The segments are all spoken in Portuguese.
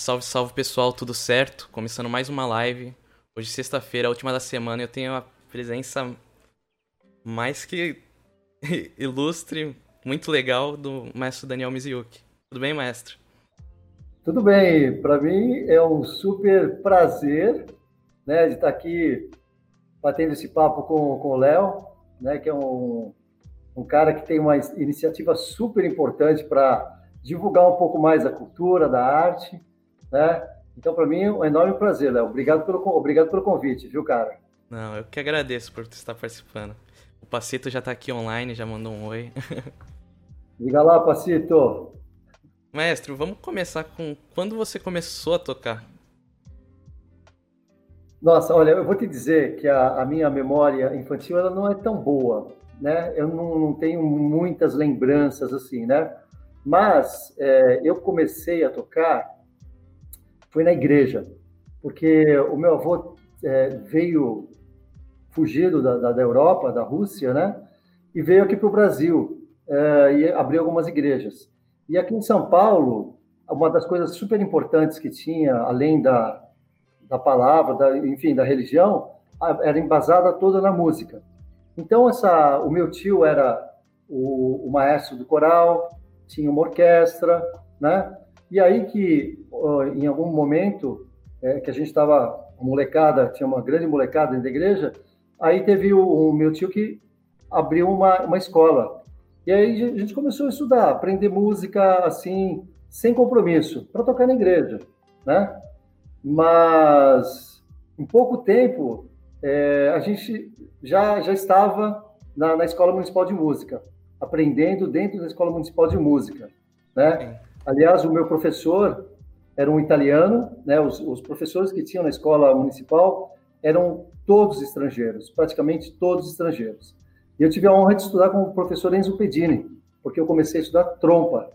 Salve, salve pessoal, tudo certo? Começando mais uma live. Hoje, sexta-feira, a última da semana, eu tenho a presença mais que ilustre, muito legal do maestro Daniel Mizuyuki. Tudo bem, maestro? Tudo bem, para mim é um super prazer, né, de estar aqui batendo esse papo com o Léo, né, que é um cara que tem uma iniciativa super importante para divulgar um pouco mais da cultura, da arte, né? Então, para mim é um enorme prazer, Léo. Obrigado pelo convite, viu, cara? Não, eu que agradeço por estar participando. O Pacito já tá aqui online, já mandou um oi. Diga lá, Pacito. Maestro, vamos começar com quando você começou a tocar? Nossa, olha, eu vou te dizer que a minha memória infantil ela não é tão boa, né? Eu não tenho muitas lembranças assim, né? Mas eu comecei a tocar foi na igreja, porque o meu avô veio fugido da Europa, da Rússia, né? E veio aqui para o Brasil e abriu algumas igrejas. E aqui em São Paulo, uma das coisas super importantes que tinha, além da palavra, enfim, da religião, era embasada toda na música. Então, o meu tio era o maestro do coral, tinha uma orquestra, né? E aí que, em algum momento, que a gente estava, molecada, tinha uma grande molecada dentro da igreja, aí teve o meu tio que abriu uma escola. E aí a gente começou a estudar, aprender música, assim, sem compromisso, para tocar na igreja, né? Mas, em pouco tempo, a gente já estava na Escola Municipal de Música, aprendendo dentro da Escola Municipal de Música, né? Sim. Aliás, o meu professor era um italiano, né? Os professores que tinham na escola municipal eram todos estrangeiros, praticamente todos estrangeiros. E eu tive a honra de estudar com o professor Enzo Pedini, porque eu comecei a estudar trompa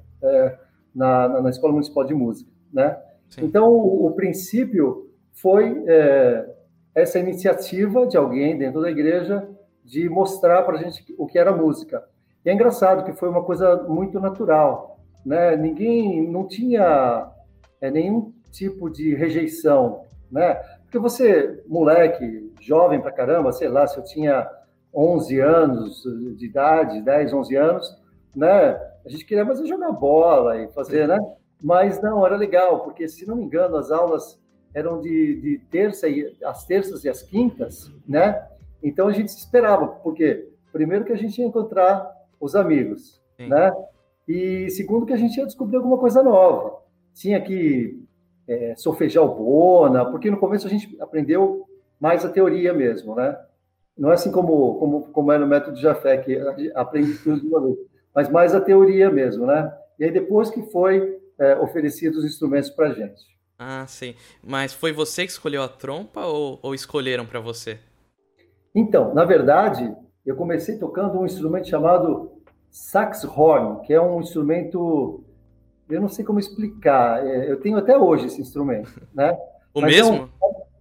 na Escola Municipal de Música, né? Sim. Então, o princípio foi essa iniciativa de alguém dentro da igreja de mostrar para a gente o que era música. E é engraçado que foi uma coisa muito natural, né? Ninguém não tinha nenhum tipo de rejeição, né? Porque você, moleque, jovem pra caramba, sei lá, se eu tinha 11 anos de idade, 10, 11 anos, né? A gente queria mais jogar bola e fazer, né? Mas não, era legal, porque se não me engano, as aulas eram de as terças e as quintas, né? Então a gente se esperava, porque primeiro que a gente ia encontrar os amigos, Sim. né? E segundo que a gente ia descobrir alguma coisa nova. Tinha que solfejar o bona, porque no começo a gente aprendeu mais a teoria mesmo, né? Não é assim como é no método Jafé, que aprende tudo de uma vez, mas mais a teoria mesmo, né? E aí depois que foi oferecidos os instrumentos para a gente. Ah, sim. Mas foi você que escolheu a trompa ou escolheram pra você? Então, na verdade, eu comecei tocando um instrumento chamado saxhorn, que é um instrumento, eu não sei como explicar, eu tenho até hoje esse instrumento, né? O Mas mesmo?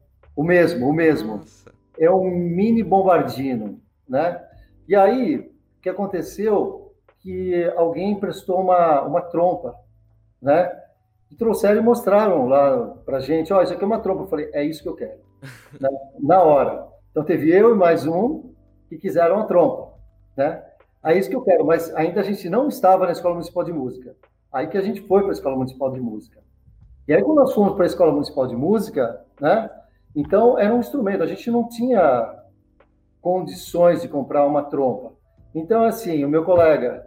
o mesmo. Nossa. É um mini bombardino, né? E aí, o que aconteceu? Que alguém emprestou uma trompa, né? E trouxeram e mostraram lá pra gente, ó, isso aqui é uma trompa. Eu falei, é isso que eu quero, né? Na hora. Então teve eu e mais um que quiseram a trompa, né? É isso que eu quero, mas ainda a gente não estava na Escola Municipal de Música. Aí que a gente foi para a Escola Municipal de Música. E aí quando nós fomos para a Escola Municipal de Música, né? Então era um instrumento, a gente não tinha condições de comprar uma trompa. Então, assim, o meu colega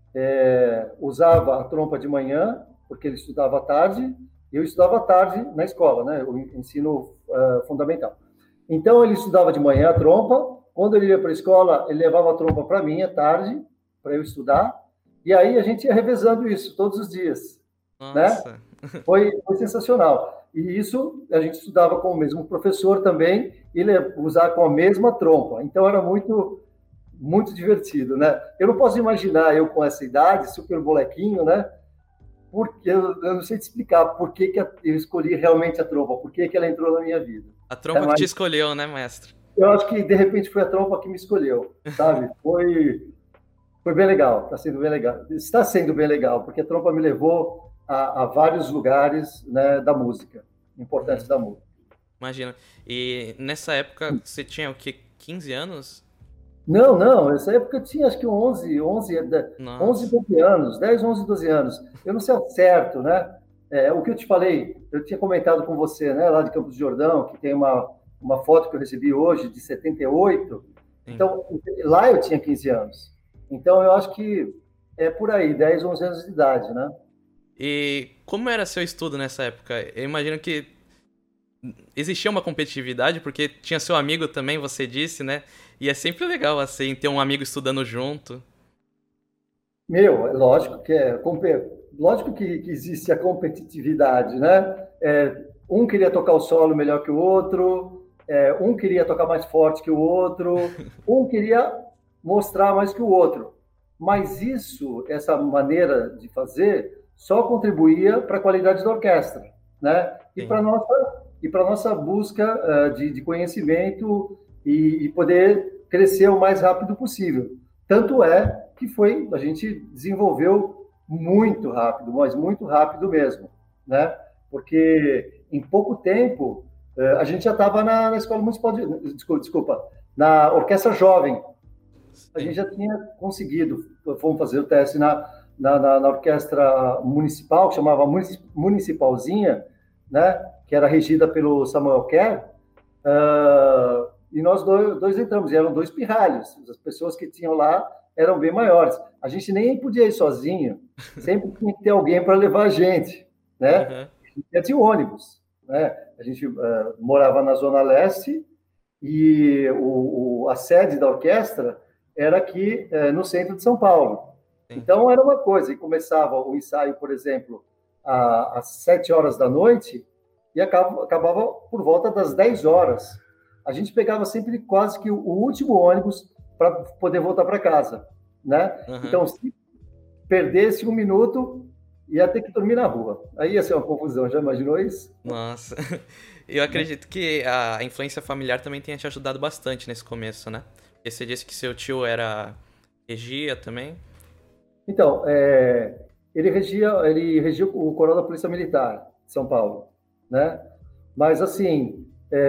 usava a trompa de manhã, porque ele estudava à tarde, e eu estudava à tarde na escola, né? O ensino fundamental. Então, ele estudava de manhã a trompa, quando ele ia para a escola, ele levava a trompa para mim à tarde, para eu estudar, e aí a gente ia revezando isso todos os dias, né? Nossa. Foi sensacional. E isso a gente estudava com o mesmo professor também, e ele usar com a mesma trompa. Então era muito divertido, né? Eu não posso imaginar eu com essa idade, super molequinho, né? Porque eu não sei te explicar por que eu escolhi realmente a trompa, por que ela entrou na minha vida. A trompa que te Mas escolheu, né, maestro? eu acho que de repente foi a trompa que me escolheu, sabe? Foi bem legal, está sendo bem legal. Está sendo bem legal, porque a trompa me levou a vários lugares, né, da música, importantes da música. Imagina. E nessa época você tinha o quê? 15 anos? Não, nessa época eu tinha acho que 11, Nossa. 12 anos, 10, 11, 12 anos. Eu não sei ao certo, né? O que eu te falei, eu tinha comentado com você, né, lá de Campos do Jordão, que tem uma foto que eu recebi hoje, de 78. Sim. Então, lá eu tinha 15 anos. Então, eu acho que é por aí, 10, 11 anos de idade, né? E como era seu estudo nessa época? Eu imagino que existia uma competitividade, porque tinha seu amigo também, você disse, né? E é sempre legal, assim, ter um amigo estudando junto. Meu, é lógico que lógico que existe a competitividade, né? Um queria tocar o solo melhor que o outro, um queria tocar mais forte que o outro, um queria mostrar mais que o outro. Mas essa maneira de fazer, só contribuía para a qualidade da orquestra, né? Sim. E para nossa busca de conhecimento e poder crescer o mais rápido possível. Tanto é que a gente desenvolveu muito rápido, mas muito rápido mesmo, né? Porque em pouco tempo a gente já estava na escola municipal desculpa, na orquestra jovem. A Sim. gente já tinha conseguido, fomos fazer o teste na orquestra municipal, que chamava Municipalzinha, né? Que era regida pelo Samuel Kerr. E nós dois entramos, e eram dois pirralhos. As pessoas que tinham lá eram bem maiores. A gente nem podia ir sozinho, sempre tinha que ter alguém para levar a gente, né? Uhum. E tinha ônibus, né? A gente morava na Zona Leste e a sede da orquestra era aqui no centro de São Paulo. Sim. Então era uma coisa, e começava o ensaio, por exemplo, às 7 horas da noite e acabava por volta das 10 horas. A gente pegava sempre quase que o último ônibus para poder voltar para casa, né? Uhum. Então, se perdesse um minuto, ia ter que dormir na rua. Aí ia ser uma confusão, já imaginou isso? Nossa. Eu acredito que a influência familiar também tenha te ajudado bastante nesse começo, né? Porque você disse que seu tio regia também. Então, ele regia o Coronel da Polícia Militar de São Paulo, né? Mas, assim,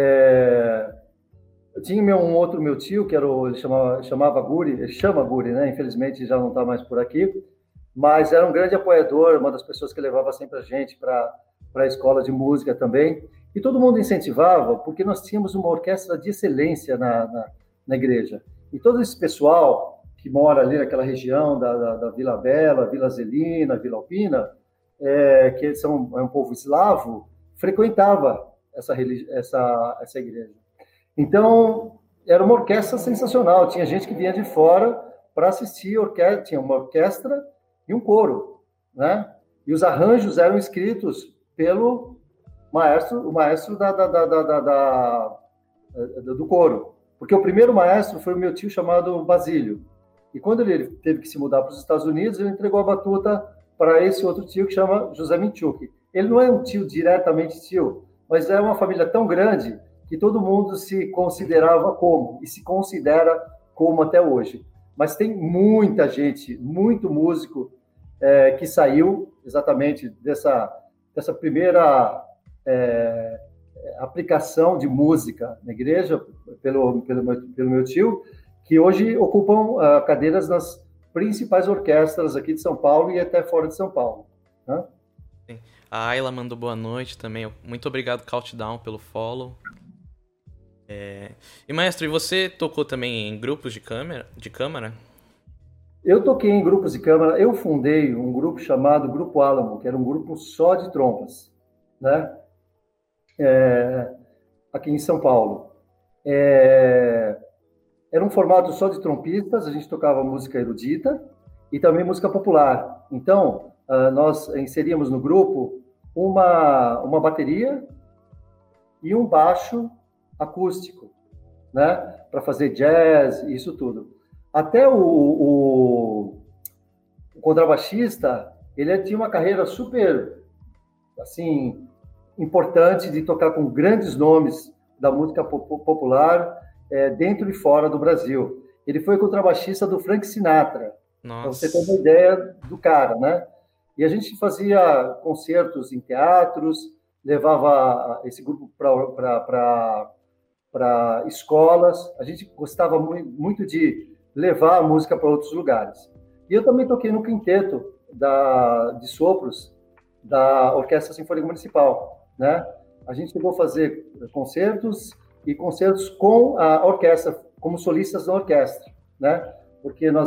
eu tinha um outro meu tio, que ele chamava Guri, ele chama Guri, né? Infelizmente já não está mais por aqui, mas era um grande apoiador, uma das pessoas que levava sempre a gente para a escola de música também. E todo mundo incentivava, porque nós tínhamos uma orquestra de excelência na igreja. E todo esse pessoal que mora ali naquela região da Vila Bela, Vila Zelina, Vila Alpina, que é um povo eslavo, frequentava essa igreja. Então, era uma orquestra sensacional. Tinha gente que vinha de fora para assistir orquestra. Tinha uma orquestra e um coro, né? E os arranjos eram escritos pelo maestro, o maestro do coro. Porque o primeiro maestro foi o meu tio chamado Basílio. E quando ele teve que se mudar para os Estados Unidos, ele entregou a batuta para esse outro tio que chama José Minchuk. Ele não é um tio diretamente tio, mas é uma família tão grande que todo mundo se considerava como, e se considera como até hoje. Mas tem muita gente, muito músico, que saiu exatamente dessa primeira aplicação de música na igreja, pelo meu tio, que hoje ocupam cadeiras nas principais orquestras aqui de São Paulo e até fora de São Paulo, né? Sim. A Ayla mandou boa noite também. Muito obrigado, Countdown, pelo follow. E maestro, e você tocou também em grupos de câmara? Eu toquei em grupos de câmara. Eu fundei um grupo chamado Grupo Álamo, que era um grupo só de trompas, né? Aqui em São Paulo. Era um formato só de trompistas. A gente tocava música erudita e também música popular. Então, nós inseríamos no grupo uma bateria e um baixo acústico, né? Para fazer jazz e isso tudo. Até o contrabaixista, ele tinha uma carreira super, assim, importante de tocar com grandes nomes da música popular dentro e fora do Brasil. Ele foi contrabaixista do Frank Sinatra, para você ter uma ideia do cara, né? E a gente fazia concertos em teatros, levava esse grupo para escolas. A gente gostava muito de levar a música para outros lugares. E eu também toquei no quinteto de sopros da Orquestra Sinfônica Municipal, né? A gente chegou a fazer concertos e concertos com a orquestra, como solistas da orquestra, né? Porque nós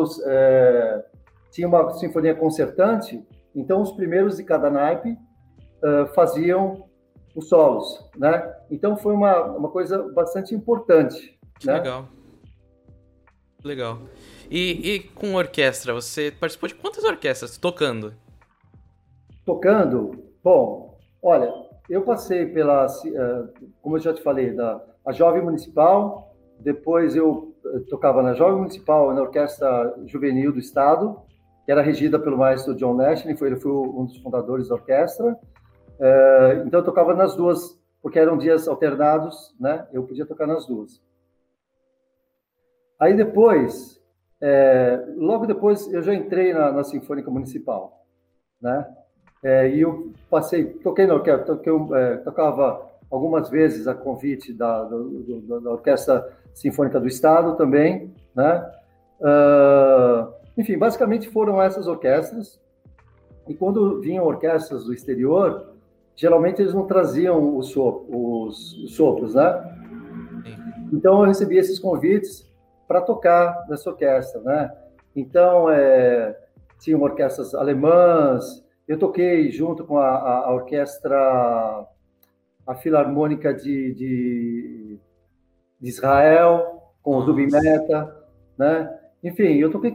tinha uma sinfonia concertante, então os primeiros de cada naipe faziam os solos, né? Então foi uma coisa bastante importante, Que né? legal. Legal. E com orquestra, você participou de quantas orquestras tocando? Tocando, bom, olha, eu passei como eu já te falei, a Jovem Municipal, depois eu tocava na Jovem Municipal, na Orquestra Juvenil do Estado, que era regida pelo maestro John Nash, ele foi um dos fundadores da orquestra. Então eu tocava nas duas, porque eram dias alternados, né? Eu podia tocar nas duas. Aí depois, logo depois, eu já entrei na Sinfônica Municipal, né? E eu toquei na orquestra, tocava algumas vezes a convite da Orquestra Sinfônica do Estado também, né? Enfim, basicamente foram essas orquestras. E quando vinham orquestras do exterior, geralmente eles não traziam os sopros, né? Então eu recebia esses convites para tocar nessa orquestra, né? Então tinham orquestras alemãs. Eu toquei junto com a orquestra, a Filarmônica de Israel, com o Dubin Mehta, né? Enfim, eu toquei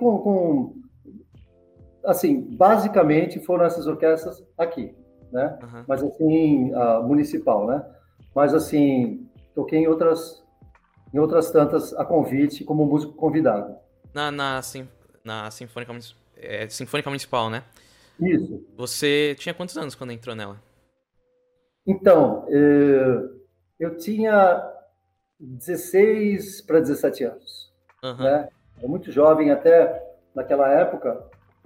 assim, basicamente foram essas orquestras aqui, né? Uhum. Mas assim, municipal, né? Mas assim, toquei em outras tantas a convite como músico convidado. Na Sinfônica Municipal, né? Isso. Você tinha quantos anos quando entrou nela? Então, eu tinha 16 para 17 anos, né? Era muito jovem, até naquela época.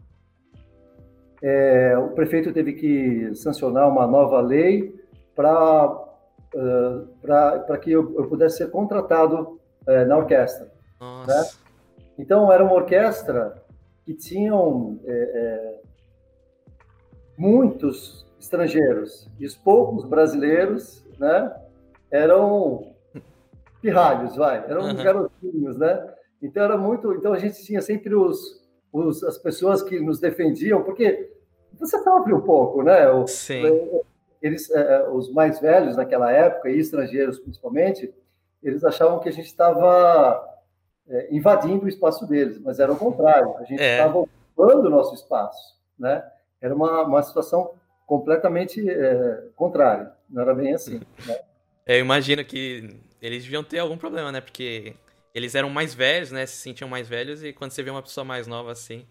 O prefeito teve que sancionar uma nova lei para que eu pudesse ser contratado na orquestra. Né? Então, era uma orquestra que tinham muitos estrangeiros, e os poucos brasileiros, né, eram pirralhos, eram garotinhos, né? Então a gente tinha sempre as pessoas que nos defendiam, porque você sofre um pouco, né? Sim. Os mais velhos naquela época, e estrangeiros principalmente, eles achavam que a gente estava invadindo o espaço deles, mas era o contrário, a gente estava ocupando o nosso espaço, né? Era uma situação completamente contrária, não era bem assim, né? Eu imagino que eles deviam ter algum problema, né? Porque eles eram mais velhos, né? Se sentiam mais velhos, e quando você vê uma pessoa mais nova assim...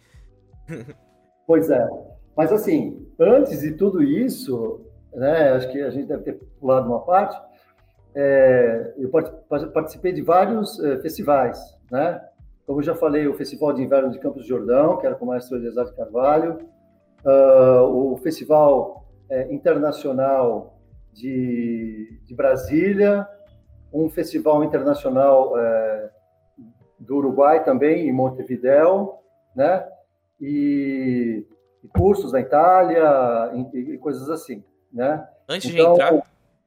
Pois é. Mas assim, antes de tudo isso, né? Acho que a gente deve ter pulado uma parte. Eu participei de vários festivais, né? Como eu já falei, o Festival de Inverno de Campos do Jordão, que era com o maestro Eliezer de Carvalho, o Festival Internacional de Brasília, um festival internacional do Uruguai também, em Montevidéu, né? E cursos na Itália e coisas assim, né? Antes de entrar?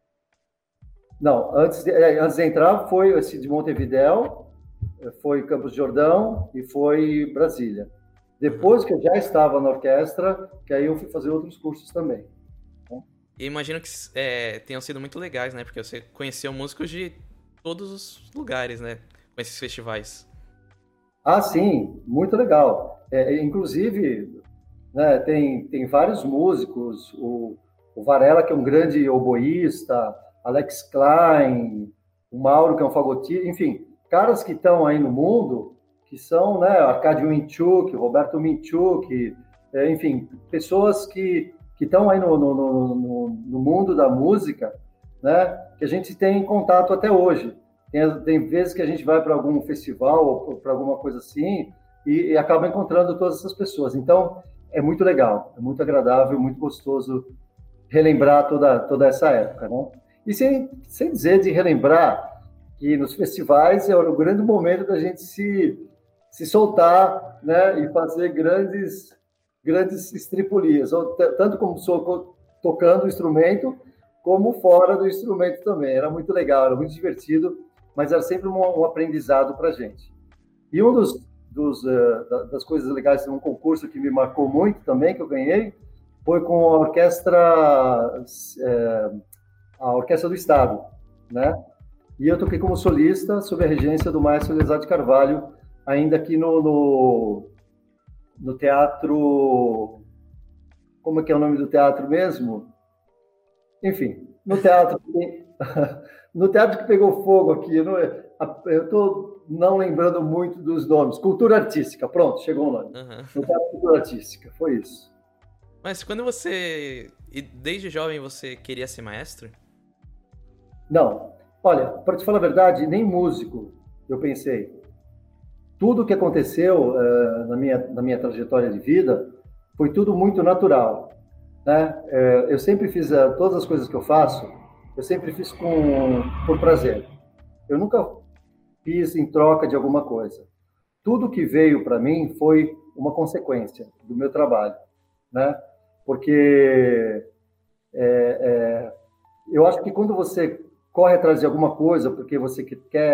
Não, antes de entrar foi esse de Montevidéu, foi Campos do Jordão e foi Brasília. Depois que eu já estava na orquestra, que aí eu fui fazer outros cursos também. E imagino que tenham sido muito legais, né? Porque você conheceu músicos de todos os lugares, né? Com esses festivais. Ah, sim, muito legal. Inclusive, né, tem vários músicos, o Varela, que é um grande oboísta, Alex Klein, o Mauro, que é um fagotista, enfim, caras que estão aí no mundo, que são, né, Arkadio Minchuk, Roberto Minchuk, enfim, pessoas que estão aí no mundo da música, né, que a gente tem contato até hoje. Tem vezes que a gente vai para algum festival ou para alguma coisa assim e acaba encontrando todas essas pessoas. Então, é muito legal, é muito agradável, muito gostoso relembrar toda essa época, né? E sem dizer de relembrar que nos festivais é o grande momento da gente se soltar, né? E fazer grandes estripulias, tanto como tocando o instrumento, como fora do instrumento também. Era muito legal, era muito divertido, mas era sempre um aprendizado para a gente. E das coisas legais de um concurso que me marcou muito também, que eu ganhei, foi com a Orquestra do Estado, né? E eu toquei como solista, sob a regência do maestro Elezar de Carvalho, ainda aqui no teatro... Como é que é o nome do teatro mesmo? Enfim, no teatro... No teatro que pegou fogo aqui, eu estou não lembrando muito dos nomes. Cultura Artística, pronto, chegou o nome. Uhum. No teatro Cultura Artística, foi isso. Mas quando você... E desde jovem você queria ser maestro? Não. Olha, para te falar a verdade, nem músico eu pensei. Tudo o que aconteceu na minha trajetória de vida foi tudo muito natural, né? Eu sempre fiz todas as coisas que eu faço, eu sempre fiz por prazer. Eu nunca fiz em troca de alguma coisa. Tudo que veio para mim foi uma consequência do meu trabalho, né? Porque eu acho que quando você corre atrás de alguma coisa porque você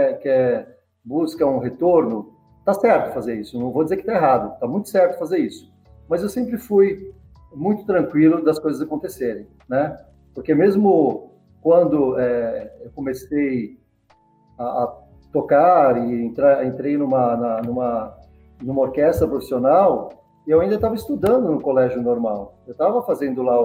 busca um retorno, tá certo fazer isso. Não vou dizer que tá errado, tá muito certo fazer isso. Mas eu sempre fui muito tranquilo das coisas acontecerem, né? Porque mesmo quando eu comecei a tocar e entrei numa orquestra profissional, eu ainda estava estudando no colégio normal. Eu estava fazendo lá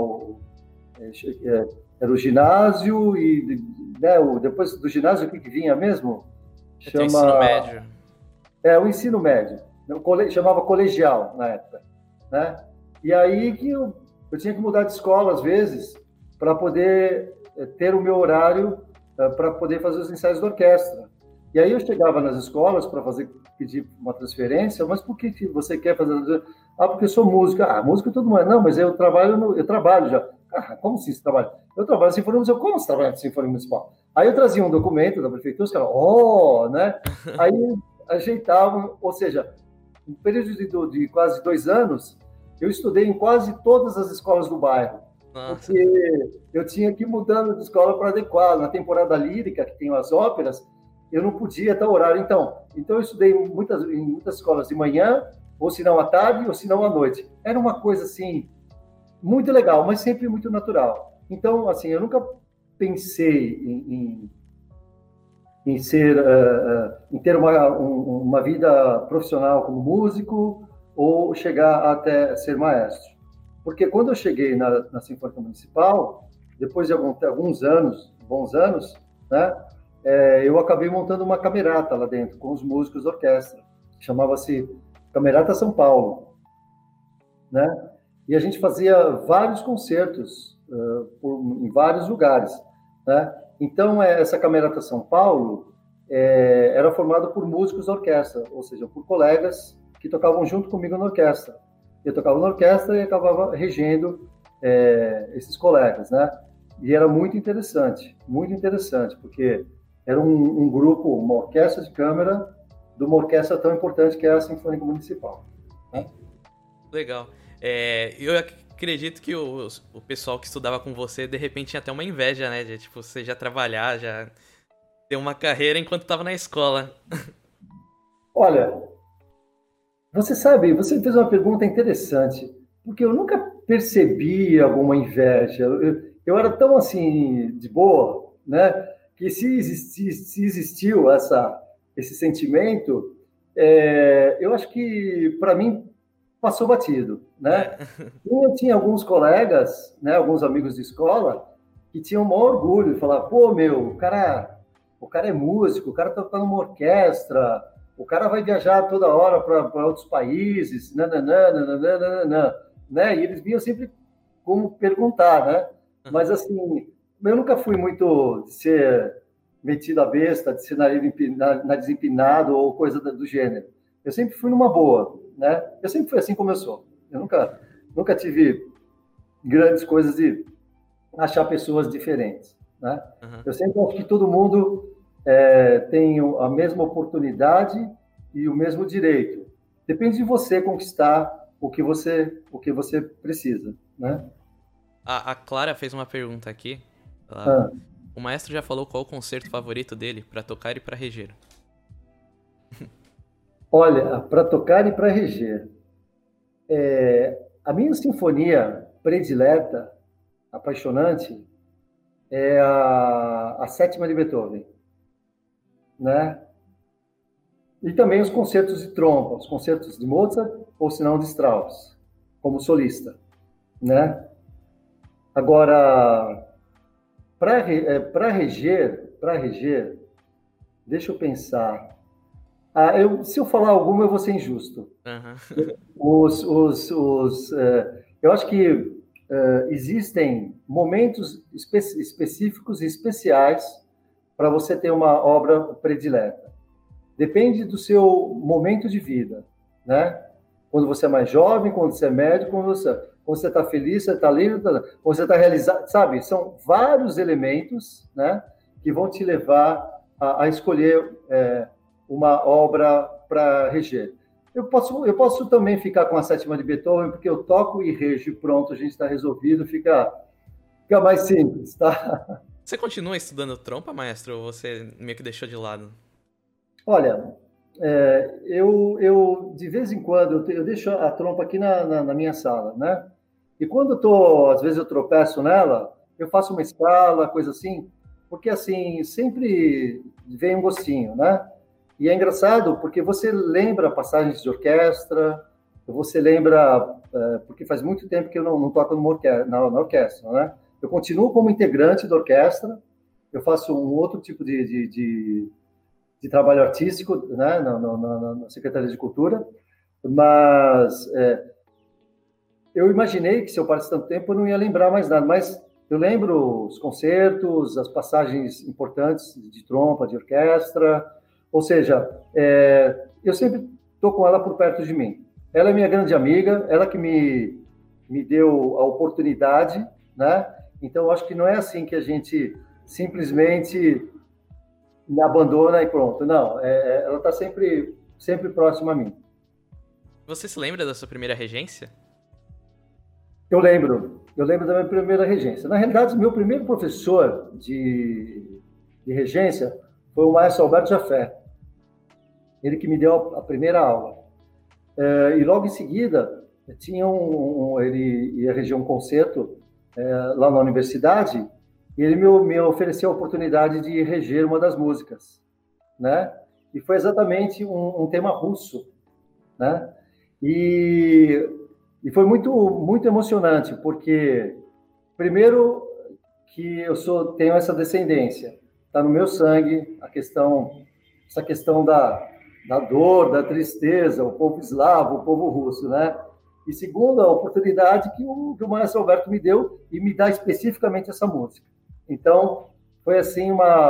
era o ginásio e, né, depois do ginásio, o que vinha mesmo? Chama... ensino médio. O ensino médio. Chamava colegial na época, né? E aí que eu tinha que mudar de escola às vezes para poder ter o meu horário para poder fazer os ensaios da orquestra. E aí eu chegava nas escolas para pedir uma transferência, mas por que você quer fazer? Ah, porque eu sou músico. Ah, músico todo mundo. Não, mas eu trabalho já. Ah, como assim você trabalha? Eu trabalho na Sinfonia Municipal. Como você trabalha na Sinfonia Municipal? Aí eu trazia um documento da prefeitura, os caras, né? Aí ajeitavam, ou seja, no período de quase 2 anos, eu estudei em quase todas as escolas do bairro. Nossa. Porque eu tinha que ir mudando de escola para adequar. Na temporada lírica, que tem as óperas, eu não podia até o horário. Então eu estudei em muitas escolas de manhã, ou se não à tarde, ou se não à noite. Era uma coisa, assim, muito legal, mas sempre muito natural. Então, assim, eu nunca pensei em ter uma vida profissional como músico ou chegar até ser maestro. Porque quando eu cheguei na Sinfônica Municipal, depois de alguns bons anos, né, eu acabei montando uma camerata lá dentro, com os músicos da orquestra. Chamava-se Camerata São Paulo, né? E a gente fazia vários concertos em vários lugares, né? Então, essa Camerata São Paulo era formada por músicos da orquestra, ou seja, por colegas que tocavam junto comigo na orquestra. Eu tocava na orquestra e acabava regendo esses colegas, né? E era muito interessante, porque era um grupo, uma orquestra de câmara de uma orquestra tão importante que é a Sinfônica Municipal. Né? Legal. Eu acredito que o pessoal que estudava com você, de repente, tinha até uma inveja, né? De, tipo, você já trabalhar, já ter uma carreira enquanto estava na escola. Olha, você fez uma pergunta interessante, porque eu nunca percebi alguma inveja. Eu era tão, assim, de boa, né? Que se existiu esse sentimento, eu acho que, para mim, passou batido, né? Eu tinha alguns colegas, né, alguns amigos de escola, que tinham o maior orgulho de falar, pô, meu, o cara é músico, o cara toca numa orquestra, o cara vai viajar toda hora para outros países, nananana, né? E eles vinham sempre como perguntar, né? Mas, assim, eu nunca fui muito de ser metido a besta, de ser nariz empinado ou coisa do gênero. Eu sempre fui numa boa, né? Eu sempre fui assim como eu sou. Eu nunca nunca tive grandes coisas de achar pessoas diferentes, né? Aham. Eu sempre acho que todo mundo tem a mesma oportunidade e o mesmo direito. Depende de você conquistar o que você precisa, né? A Clara fez uma pergunta aqui. Ah, O maestro já falou qual o concerto favorito dele pra tocar e pra reger. olha, para tocar e para reger, a minha sinfonia predileta, apaixonante, é a sétima de Beethoven, né? E também os concertos de trompa, os concertos de Mozart ou se não de Strauss, como solista, né? Agora, para reger, deixa eu pensar. Se eu falar alguma, eu vou ser injusto. Aham. Eu acho que existem momentos específicos e especiais para você ter uma obra predileta. Depende do seu momento de vida, né? Quando você é mais jovem, quando você é médio, quando você está feliz, você está livre, quando você está realizado, sabe? São vários elementos, né, que vão te levar a escolher uma obra para reger. Eu posso também ficar com a sétima de Beethoven, porque eu toco e rejo e pronto, a gente está resolvido, fica mais simples, tá? Você continua estudando trompa, maestro, ou você meio que deixou de lado? Olha, eu de vez em quando eu deixo a trompa aqui na minha sala, né? E quando às vezes eu tropeço nela, eu faço uma escala, coisa assim, porque assim sempre vem um gostinho, né? E é engraçado porque você lembra passagens de orquestra, você lembra, porque faz muito tempo que eu não toco na orquestra, né? Eu continuo como integrante da orquestra, eu faço um outro tipo de trabalho artístico, né, na Secretaria de Cultura, mas eu imaginei que se eu parasse tanto tempo eu não ia lembrar mais nada, mas eu lembro os concertos, as passagens importantes de trompa, de orquestra, ou seja, eu sempre estou com ela por perto de mim. Ela é minha grande amiga, ela que me deu a oportunidade, né? Então, eu acho que não é assim que a gente simplesmente me abandona e pronto. Não, ela está sempre próxima a mim. Você se lembra da sua primeira regência? Eu lembro da minha primeira regência. Na realidade, meu primeiro professor de regência foi o maestro Alberto Jafé. Ele que me deu a primeira aula. E logo em seguida, ele ia reger um concerto lá na universidade, e ele me ofereceu a oportunidade de reger uma das músicas, né? E foi exatamente um tema russo, né? E, e foi muito, muito emocionante, porque, primeiro, que tenho essa descendência, está no meu sangue essa questão da dor, da tristeza, o povo eslavo, o povo russo, né? E segundo, a oportunidade que o maestro Alberto me deu e me dá especificamente essa música. Então, foi assim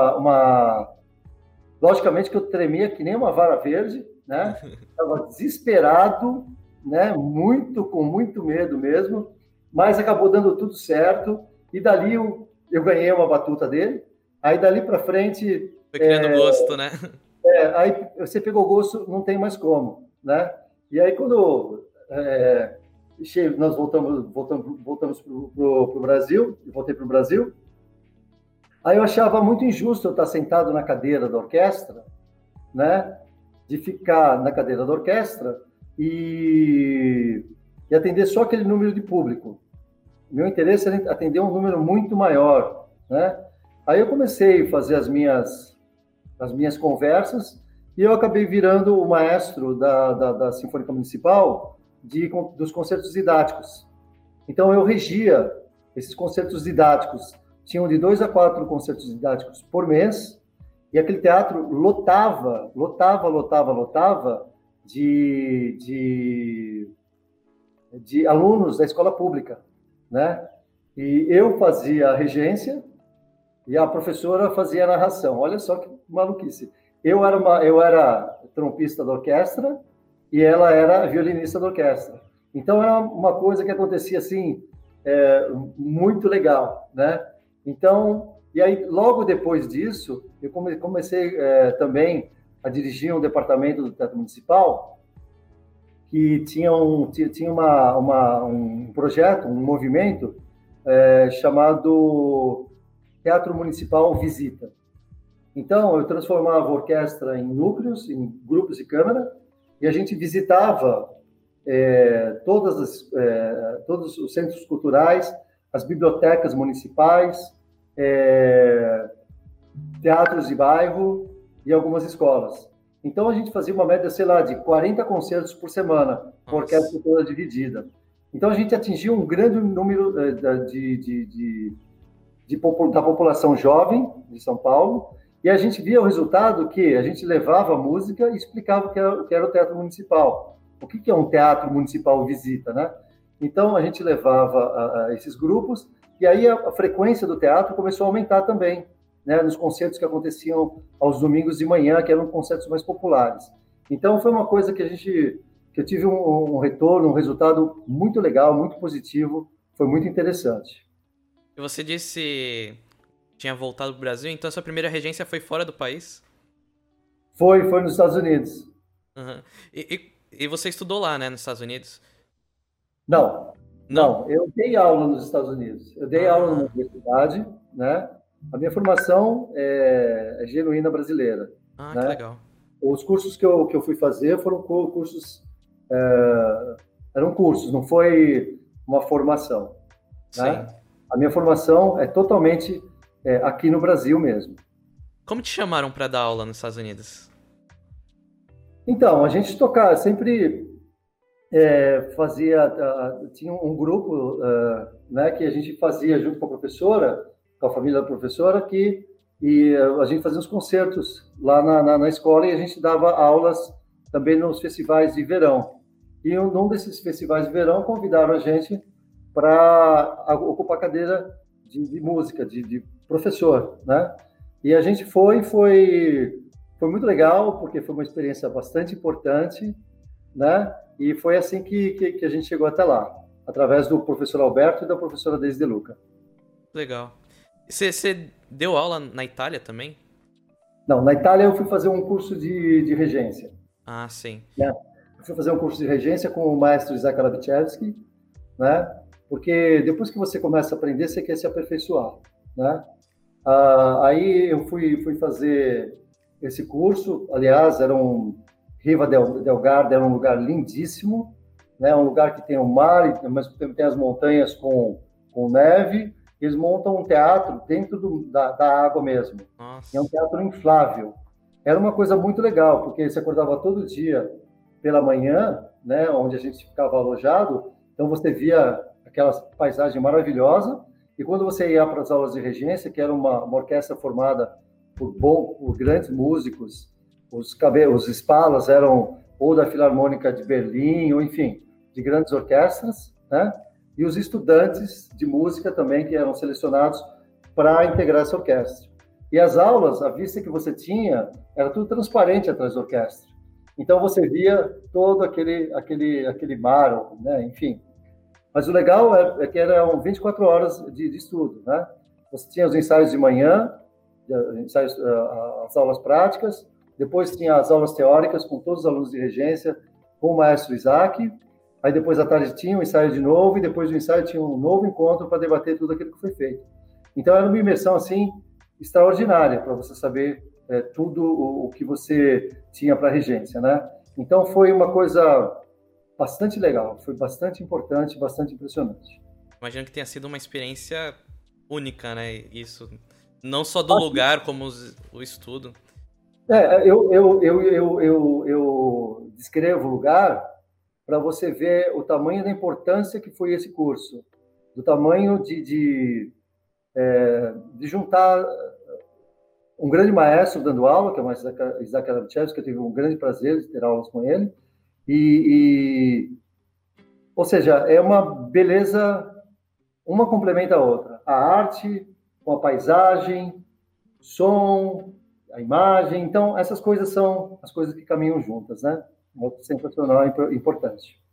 logicamente que eu tremia que nem uma vara verde, né? Estava desesperado, né? Com muito medo mesmo, mas acabou dando tudo certo e dali eu ganhei uma batuta dele. Aí dali para frente, Foi criando gosto, né? aí você pegou gosto, não tem mais como, né? E aí quando nós voltamos para o Brasil, eu voltei para o Brasil, aí eu achava muito injusto eu estar sentado na cadeira da orquestra, né? De ficar na cadeira da orquestra e atender só aquele número de público. Meu interesse era atender um número muito maior, né? Aí eu comecei a fazer as minhas conversas e eu acabei virando o maestro da Sinfônica Municipal dos concertos didáticos. Então eu regia esses concertos didáticos. Tinham de 2 a 4 concertos didáticos por mês e aquele teatro lotava de alunos da escola pública, né? E eu fazia a regência e a professora fazia a narração. Olha só que maluquice. Eu era trompista da orquestra e ela era violinista da orquestra. Então, era uma coisa que acontecia assim, muito legal, né? Então, e aí, logo depois disso, eu comecei também a dirigir um departamento do Teatro Municipal que tinha um projeto, um movimento chamado Teatro Municipal Visita. Então, eu transformava a orquestra em núcleos, em grupos de câmara, e a gente visitava todos os centros culturais, as bibliotecas municipais, teatros de bairro e algumas escolas. Então, a gente fazia uma média, sei lá, de 40 concertos por semana, com a orquestra toda dividida. Então, a gente atingiu um grande número da população jovem de São Paulo, e a gente via o resultado que a gente levava a música e explicava o que era o Teatro Municipal. O que é um Teatro Municipal Visita, né? Então, a gente levava esses grupos, e aí a frequência do teatro começou a aumentar também, né, nos concertos que aconteciam aos domingos de manhã, que eram concertos mais populares. Então, foi uma coisa que eu tive um retorno, um resultado muito legal, muito positivo, foi muito interessante. E você disse que tinha voltado pro Brasil, então a sua primeira regência foi fora do país? Foi nos Estados Unidos. Uhum. E você estudou lá, né, nos Estados Unidos? Não, eu dei aula nos Estados Unidos. Eu dei aula numa universidade, né? A minha formação é genuína brasileira. Ah, né? que legal. Os cursos que eu fui fazer foram cursos... eram cursos, não foi uma formação. Né? A minha formação é totalmente aqui no Brasil mesmo. Como te chamaram para dar aula nos Estados Unidos? Então, a gente sempre tinha um grupo né, que a gente fazia junto com a professora, com a família da professora, e a gente fazia os concertos lá na escola, e a gente dava aulas também nos festivais de verão. E num desses festivais de verão convidaram a gente para ocupar a cadeira de música, de professor, né? E a gente foi muito legal, porque foi uma experiência bastante importante, né? E foi assim que a gente chegou até lá, através do professor Alberto e da professora Deise De Luca. Legal. Você deu aula na Itália também? Não, na Itália eu fui fazer um curso de regência. Ah, sim. Né? Eu fui fazer um curso de regência com o maestro Isaac Alavichevsky, né? Porque depois que você começa a aprender, você quer se aperfeiçoar, né? Aí eu fui fazer esse curso, aliás, Riva del Garda era um lugar lindíssimo, né? Um lugar que tem o mar, mas tem as montanhas com neve. Eles montam um teatro dentro da água mesmo. Nossa. É um teatro inflável. Era uma coisa muito legal, porque você acordava todo dia pela manhã, né? Onde a gente ficava alojado, então você via aquela paisagem maravilhosa, e quando você ia para as aulas de regência, que era uma orquestra formada por grandes músicos, os Spalas eram ou da Filarmônica de Berlim, ou enfim, de grandes orquestras, né? E os estudantes de música também, que eram selecionados para integrar essa orquestra. E as aulas, a vista que você tinha, era tudo transparente atrás da orquestra. Então você via todo aquele mar, né? Enfim. Mas o legal é que eram 24 horas de estudo, né? Você tinha os ensaios de manhã, as aulas práticas, depois tinha as aulas teóricas com todos os alunos de regência, com o maestro Isaac, aí depois à tarde tinha um ensaio de novo, e depois do ensaio tinha um novo encontro para debater tudo aquilo que foi feito. Então era uma imersão assim extraordinária para você saber tudo o que você tinha para a regência, né? Então foi uma coisa bastante legal, foi bastante importante, bastante impressionante. Imagino que tenha sido uma experiência única, né? Isso, não só do lugar, como o estudo. Eu descrevo o lugar para você ver o tamanho da importância que foi esse curso, do tamanho de juntar um grande maestro dando aula, que é o maestro Isaac Alavichevsky, que eu tive um grande prazer de ter aulas com ele, ou seja, é uma beleza, uma complementa a outra. A arte com a paisagem, som, a imagem. Então, essas coisas são as coisas que caminham juntas, né? Muito sensacional e importante.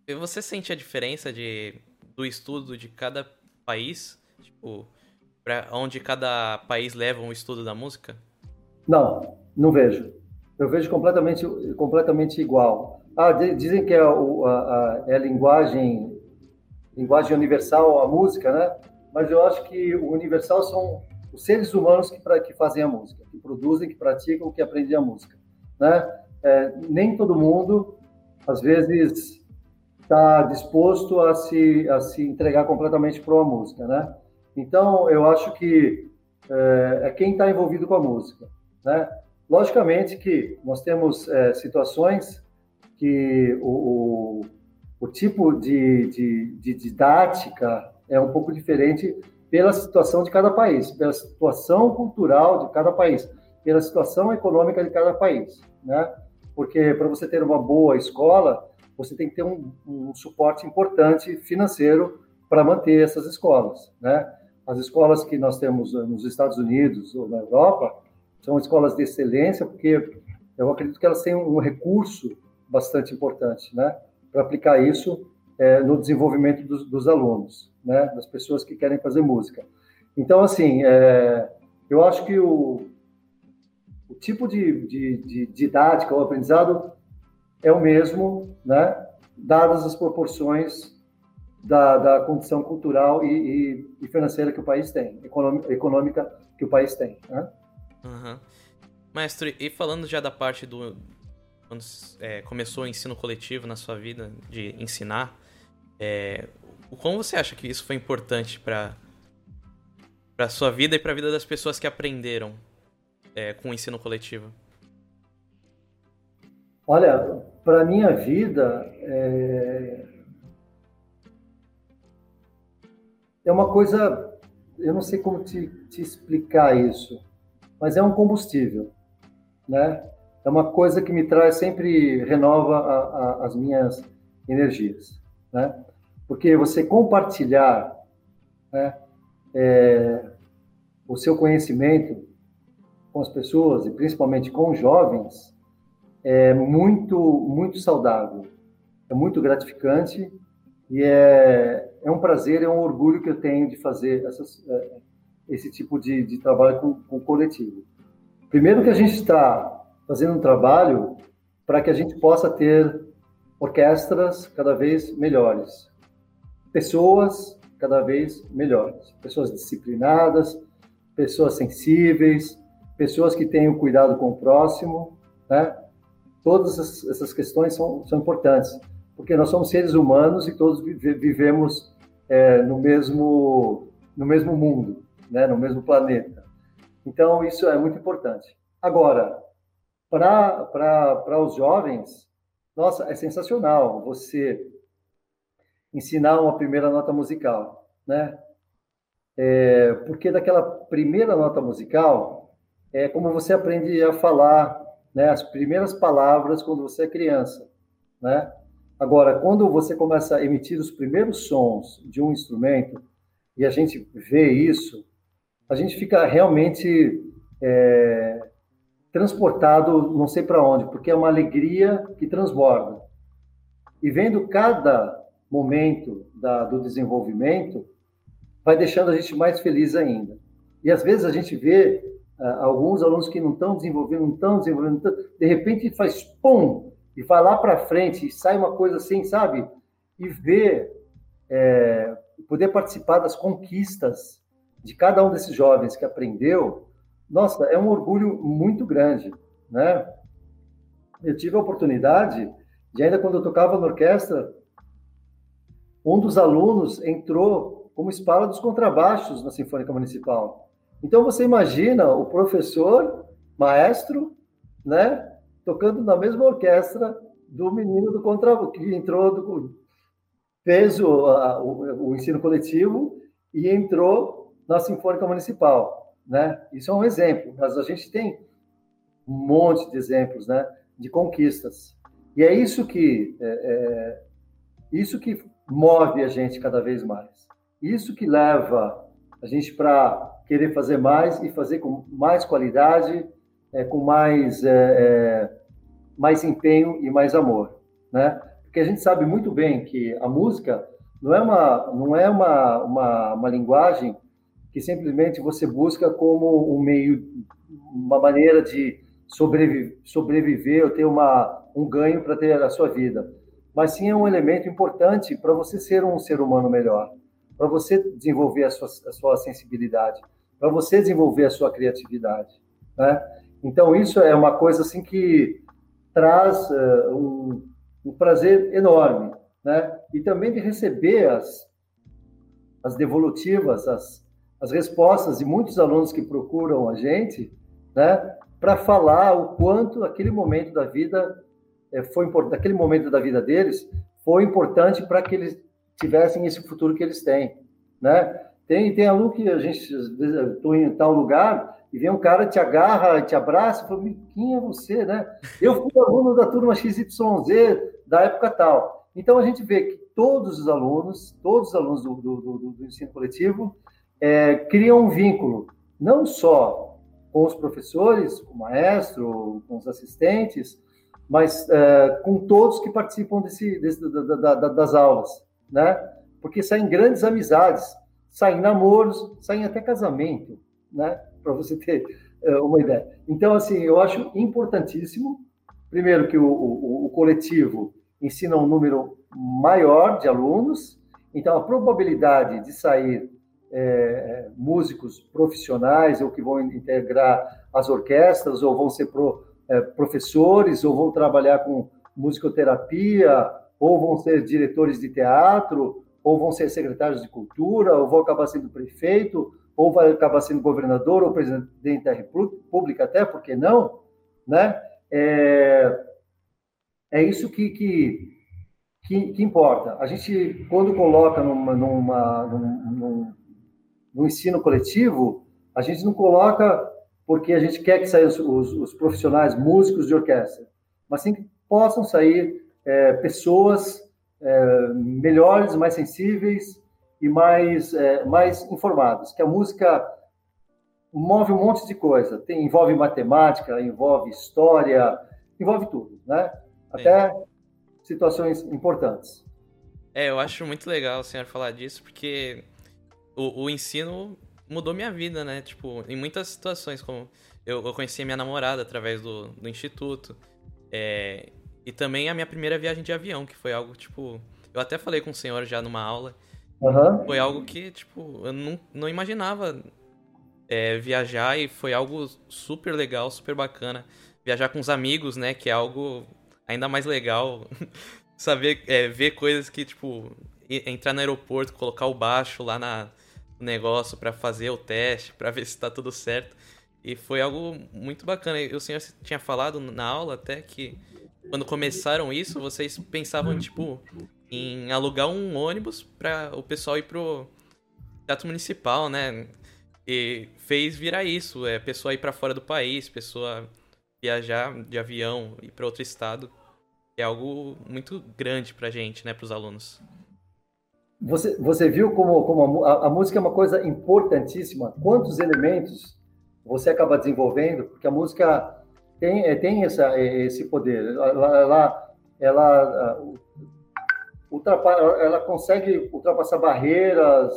E você sente a diferença do estudo de cada país? Tipo, para onde cada país leva um estudo da música? Não, não vejo. Eu vejo completamente igual. Dizem que é a linguagem universal a música, né? Mas eu acho que o universal são os seres humanos que fazem a música, que produzem, que praticam, que aprendem a música, né? Nem todo mundo, às vezes, está disposto a se entregar completamente para a música, né? Então, eu acho que é quem está envolvido com a música, né? Logicamente que nós temos situações que o tipo de didática é um pouco diferente pela situação de cada país, pela situação cultural de cada país, pela situação econômica de cada país, né? Porque para você ter uma boa escola, você tem que ter um suporte importante financeiro para manter essas escolas, né? As escolas que nós temos nos Estados Unidos ou na Europa são escolas de excelência, porque eu acredito que elas têm um recurso bastante importante, né, para aplicar isso no desenvolvimento dos alunos, né, das pessoas que querem fazer música. Então, assim, eu acho que o tipo de didática ou aprendizado é o mesmo, né, dadas as proporções da condição cultural e financeira que o país tem, econômica que o país tem, né? Uhum. Mestre, e falando já da parte do... Quando começou o ensino coletivo na sua vida, de ensinar, como você acha que isso foi importante para a sua vida e para a vida das pessoas que aprenderam com o ensino coletivo? Olha, para a minha vida, é uma coisa, eu não sei como te explicar isso, mas é um combustível, né? É uma coisa que me traz, sempre renova as minhas energias, né? Porque você compartilhar, né, o seu conhecimento com as pessoas, e principalmente com os jovens, é muito, muito saudável, é muito gratificante e é um prazer, é um orgulho que eu tenho de fazer esse tipo de trabalho com o coletivo. Primeiro que a gente está fazendo um trabalho para que a gente possa ter orquestras cada vez melhores, pessoas cada vez melhores, pessoas disciplinadas, pessoas sensíveis, pessoas que tenham cuidado com o próximo, né? Todas essas questões são importantes, porque nós somos seres humanos e todos vivemos no mesmo mundo, né? No mesmo planeta. Então, isso é muito importante. Agora, para os jovens, nossa, é sensacional você ensinar uma primeira nota musical, né? Porque daquela primeira nota musical é como você aprende a falar, né, as primeiras palavras quando você é criança, né? Agora, quando você começa a emitir os primeiros sons de um instrumento e a gente vê isso, a gente fica realmente transportado não sei para onde, porque é uma alegria que transborda. E vendo cada momento do desenvolvimento, vai deixando a gente mais feliz ainda. E às vezes a gente vê alguns alunos que não estão desenvolvendo, de repente faz pum, e vai lá para frente, e sai uma coisa assim, sabe? E ver, poder participar das conquistas de cada um desses jovens que aprendeu, nossa, é um orgulho muito grande, né? Eu tive a oportunidade de, ainda quando eu tocava na orquestra, um dos alunos entrou como espada dos contrabaixos na Sinfônica Municipal. Então, você imagina o professor, maestro, né, tocando na mesma orquestra do menino do contrabaixo, que entrou, fez o ensino coletivo e entrou na Sinfônica Municipal, né? Isso é um exemplo, mas a gente tem um monte de exemplos, né, de conquistas. E é isso que move a gente cada vez mais. Isso que leva a gente para querer fazer mais e fazer com mais qualidade, com mais empenho e mais amor, né? Porque a gente sabe muito bem que a música não é uma linguagem que simplesmente você busca como um meio, uma maneira de sobreviver ou ter um ganho para ter a sua vida. Mas sim é um elemento importante para você ser um ser humano melhor, para você desenvolver a sua sensibilidade, para você desenvolver a sua criatividade, né? Então, isso é uma coisa assim que traz um prazer enorme, né? E também de receber as devolutivas, as respostas de muitos alunos que procuram a gente, né? Para falar o quanto aquele momento da vida foi importante, aquele momento da vida deles foi importante para que eles tivessem esse futuro que eles têm, né? Tem aluno que a gente, às vezes, eu estou em tal lugar e vem um cara, te agarra, te abraça, e fala, quem é você, né? Eu fui aluno da turma XYZ, da época tal. Então, a gente vê que todos os alunos do ensino coletivo criam um vínculo, não só com os professores, com o maestro, com os assistentes, mas com todos que participam das aulas, né? Porque saem grandes amizades, saem namoros, saem até casamento, né? Para você ter uma ideia. Então, assim, eu acho importantíssimo, primeiro, que o coletivo ensina um número maior de alunos, então a probabilidade de sair músicos profissionais ou que vão integrar as orquestras ou vão ser professores ou vão trabalhar com musicoterapia ou vão ser diretores de teatro ou vão ser secretários de cultura ou vão acabar sendo prefeito ou vai acabar sendo governador ou presidente da república até, por que não? Né? É isso que importa. A gente, quando coloca no ensino coletivo, a gente não coloca porque a gente quer que saiam os profissionais músicos de orquestra, mas sim que possam sair pessoas melhores, mais sensíveis e mais informadas, que a música move um monte de coisa, envolve matemática, envolve história, envolve tudo, né? Até situações importantes. Eu acho muito legal o senhor falar disso, porque o ensino mudou minha vida, né? Tipo, em muitas situações, como eu conheci a minha namorada através do instituto, e também a minha primeira viagem de avião, que foi algo, tipo... Eu até falei com o senhor já numa aula, foi algo que, tipo, eu não imaginava viajar, e foi algo super legal, super bacana. Viajar com os amigos, né, que é algo ainda mais legal. Saber, ver coisas que, tipo, entrar no aeroporto, colocar o baixo lá no negócio pra fazer o teste, pra ver se tá tudo certo. E foi algo muito bacana. E o senhor tinha falado na aula até que quando começaram isso, vocês pensavam, tipo, em alugar um ônibus pra o pessoal ir pro teatro municipal, né? E fez virar isso, pessoa ir pra fora do país, pessoa viajar de avião, ir pra outro estado. É algo muito grande pra gente, né, pros alunos. Você viu como a música é uma coisa importantíssima? Quantos elementos você acaba desenvolvendo? Porque a música tem esse poder. Ela consegue ultrapassar barreiras,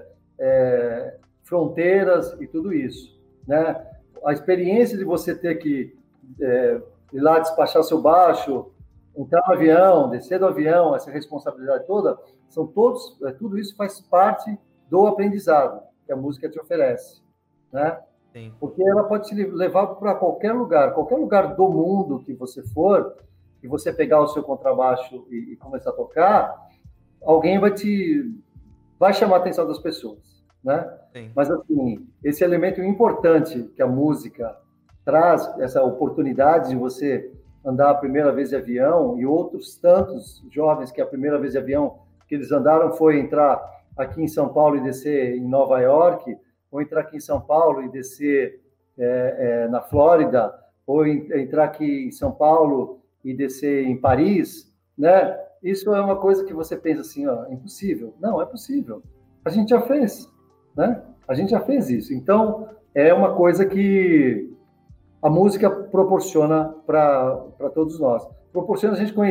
fronteiras e tudo isso, né? A experiência de você ter que ir lá despachar seu baixo, entrar no avião, descer do avião, essa responsabilidade toda, tudo isso faz parte do aprendizado que a música te oferece, né? Sim. Porque ela pode te levar para qualquer lugar do mundo que você for, e você pegar o seu contrabaixo e começar a tocar, alguém vai chamar a atenção das pessoas, né? Sim. Mas assim, esse elemento importante que a música traz, essa oportunidade de você andar a primeira vez de avião, e outros tantos jovens que a primeira vez de avião que eles andaram foi entrar aqui em São Paulo e descer em Nova York, ou entrar aqui em São Paulo e descer na Flórida, ou entrar aqui em São Paulo e descer em Paris, né? Isso é uma coisa que você pensa assim, ó, é impossível. Não, é possível. A gente já fez, né? A gente já fez isso. Então, é uma coisa que a música proporciona para todos nós. Proporciona a gente conhecer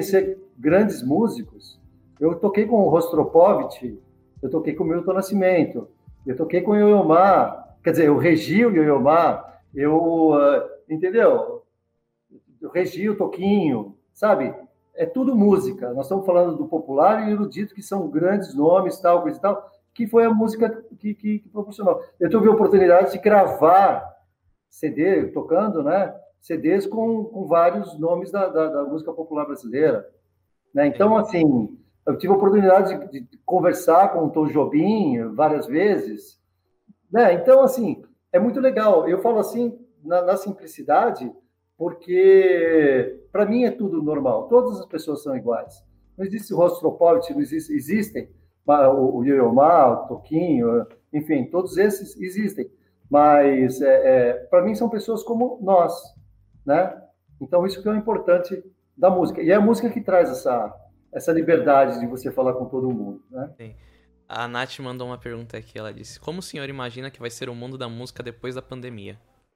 grandes músicos. Eu toquei com o Rostropovich, eu toquei com o Milton Nascimento, eu toquei com o Yo-Yo Ma, quer dizer, eu regi o Yo-Yo Ma, entendeu? Eu regi o Toquinho, sabe? É tudo música. Nós estamos falando do popular e erudito, que são grandes nomes, tal, coisa e tal, que foi a música que proporcionou. Eu tive a oportunidade de gravar CD, tocando, né? CDs com vários nomes da música popular brasileira. Né? Então, assim, eu tive a oportunidade de conversar com o Tom Jobim várias vezes. Né? Então, assim, é muito legal. Eu falo assim, na simplicidade, porque para mim é tudo normal. Todas as pessoas são iguais. Não existe o Rostropovich, não existe, existem o Yo-Yo Ma, o Toquinho, enfim, todos esses existem. Mas para mim são pessoas como nós, né? Então isso que é o importante da música. E é a música que traz essa liberdade de você falar com todo mundo, né? Sim. A Nath mandou uma pergunta aqui, ela disse: como o senhor imagina que vai ser o mundo da música depois da pandemia?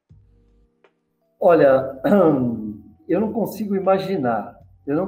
Olha, eu não consigo imaginar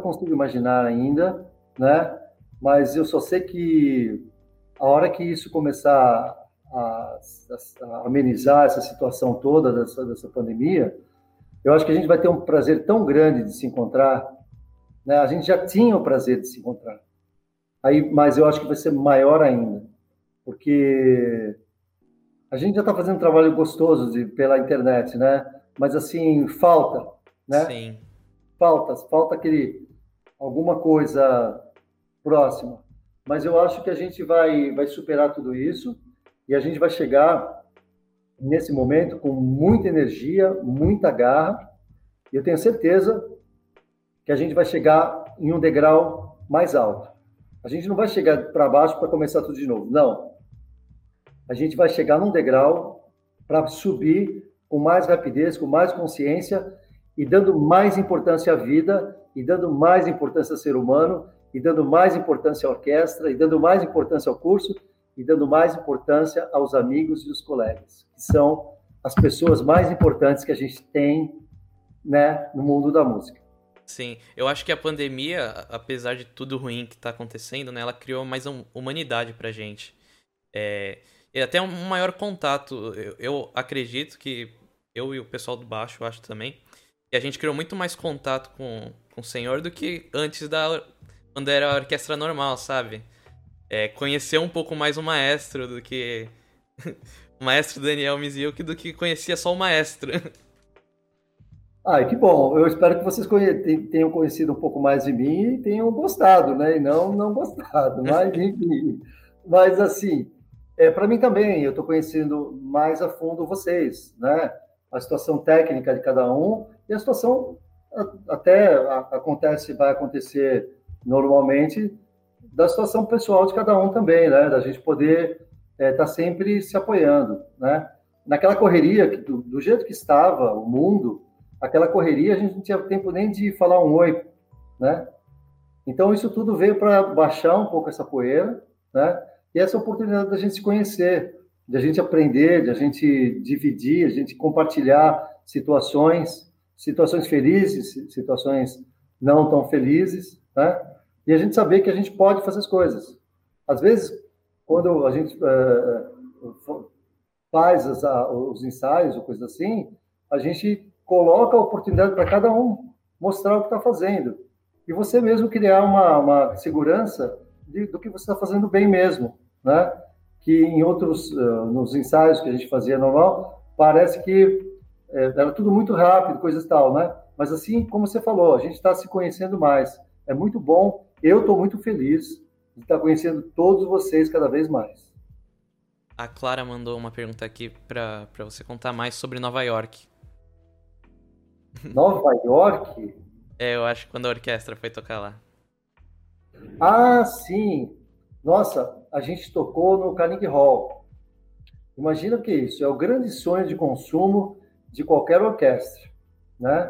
ainda, né? Mas eu só sei que a hora que isso começar a amenizar essa situação toda dessa pandemia, eu acho que a gente vai ter um prazer tão grande de se encontrar, né? A gente já tinha o prazer de se encontrar, mas eu acho que vai ser maior ainda, porque a gente já está fazendo um trabalho gostoso pela internet, né? Mas assim, falta, né? Sim. Falta alguma coisa próxima. Mas eu acho que a gente vai superar tudo isso e a gente vai chegar nesse momento com muita energia, muita garra. E eu tenho certeza que a gente vai chegar em um degrau mais alto. A gente não vai chegar para baixo para começar tudo de novo. Não. A gente vai chegar num degrau para subir com mais rapidez, com mais consciência e dando mais importância à vida, e dando mais importância ao ser humano, e dando mais importância à orquestra, e dando mais importância ao curso, e dando mais importância aos amigos e os colegas, que são as pessoas mais importantes que a gente tem, né, no mundo da música. Sim, eu acho que a pandemia, apesar de tudo ruim que tá acontecendo, né, ela criou mais humanidade pra gente. E até um maior contato. Eu acredito que eu e o pessoal do baixo, eu acho também, que a gente criou muito mais contato com o senhor do que antes quando era a orquestra normal, sabe? Conhecer um pouco mais o maestro do que o maestro Daniel Mizilk do que conhecia só o maestro. Que bom. Eu espero que vocês tenham conhecido um pouco mais de mim e tenham gostado, né? E não gostado, mas enfim. Mas assim, para mim também, eu estou conhecendo mais a fundo vocês, né? A situação técnica de cada um e a situação vai acontecer normalmente da situação pessoal de cada um também, né? Da gente poder estar sempre se apoiando, né? Naquela correria, do jeito que estava o mundo, aquela correria, a gente não tinha tempo nem de falar um oi, né? Então, isso tudo veio para baixar um pouco essa poeira, né? E essa oportunidade da gente se conhecer, de a gente aprender, de a gente dividir, a gente compartilhar situações felizes, situações não tão felizes, né? E a gente saber que a gente pode fazer as coisas. Às vezes, quando a gente faz os ensaios ou coisa assim, a gente coloca a oportunidade para cada um mostrar o que está fazendo. E você mesmo criar uma segurança do que você está fazendo bem mesmo, né? Que em outros, nos ensaios que a gente fazia normal, parece que era tudo muito rápido, coisas tal, né? Mas assim, como você falou, a gente está se conhecendo mais. É muito bom. Eu estou muito feliz de estar conhecendo todos vocês cada vez mais. A Clara mandou uma pergunta aqui para você contar mais sobre Nova York. Nova York? Eu acho que quando a orquestra foi tocar lá. Sim. Nossa, a gente tocou no Carnegie Hall. Imagina o que é isso. É o grande sonho de consumo de qualquer orquestra, né?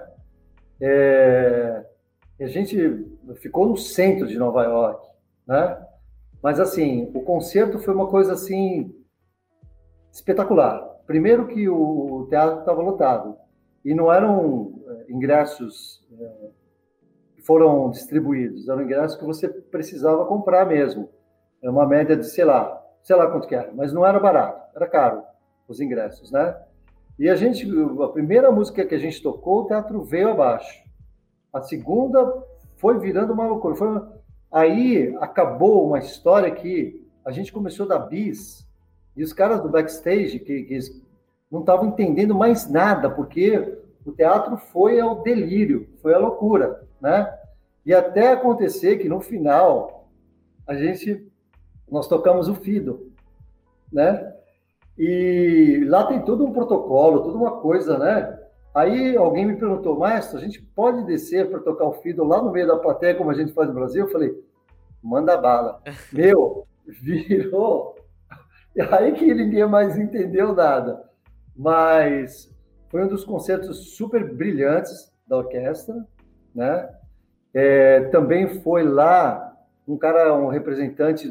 A gente ficou no centro de Nova York, né? Mas, assim, o concerto foi uma coisa, assim, espetacular. Primeiro que o teatro estava lotado. E não eram ingressos foram distribuídos. Eram ingressos que você precisava comprar mesmo. Era uma média de, sei lá quanto que era, mas não era barato, era caro os ingressos, né? E a primeira música que a gente tocou, o teatro veio abaixo. A segunda foi virando uma loucura. Aí acabou uma história que a gente começou a dar bis, e os caras do backstage, que não estavam entendendo mais nada, porque o teatro foi ao delírio, foi à loucura, né? E até acontecer que no final nós tocamos o Fido, né? E lá tem todo um protocolo, toda uma coisa, né? Aí alguém me perguntou, Maestro, a gente pode descer para tocar o Fido lá no meio da plateia, como a gente faz no Brasil? Eu falei, manda bala. Meu, virou. E aí que ninguém mais entendeu nada. Mas foi um dos concertos super brilhantes da orquestra, né? Também foi lá um representante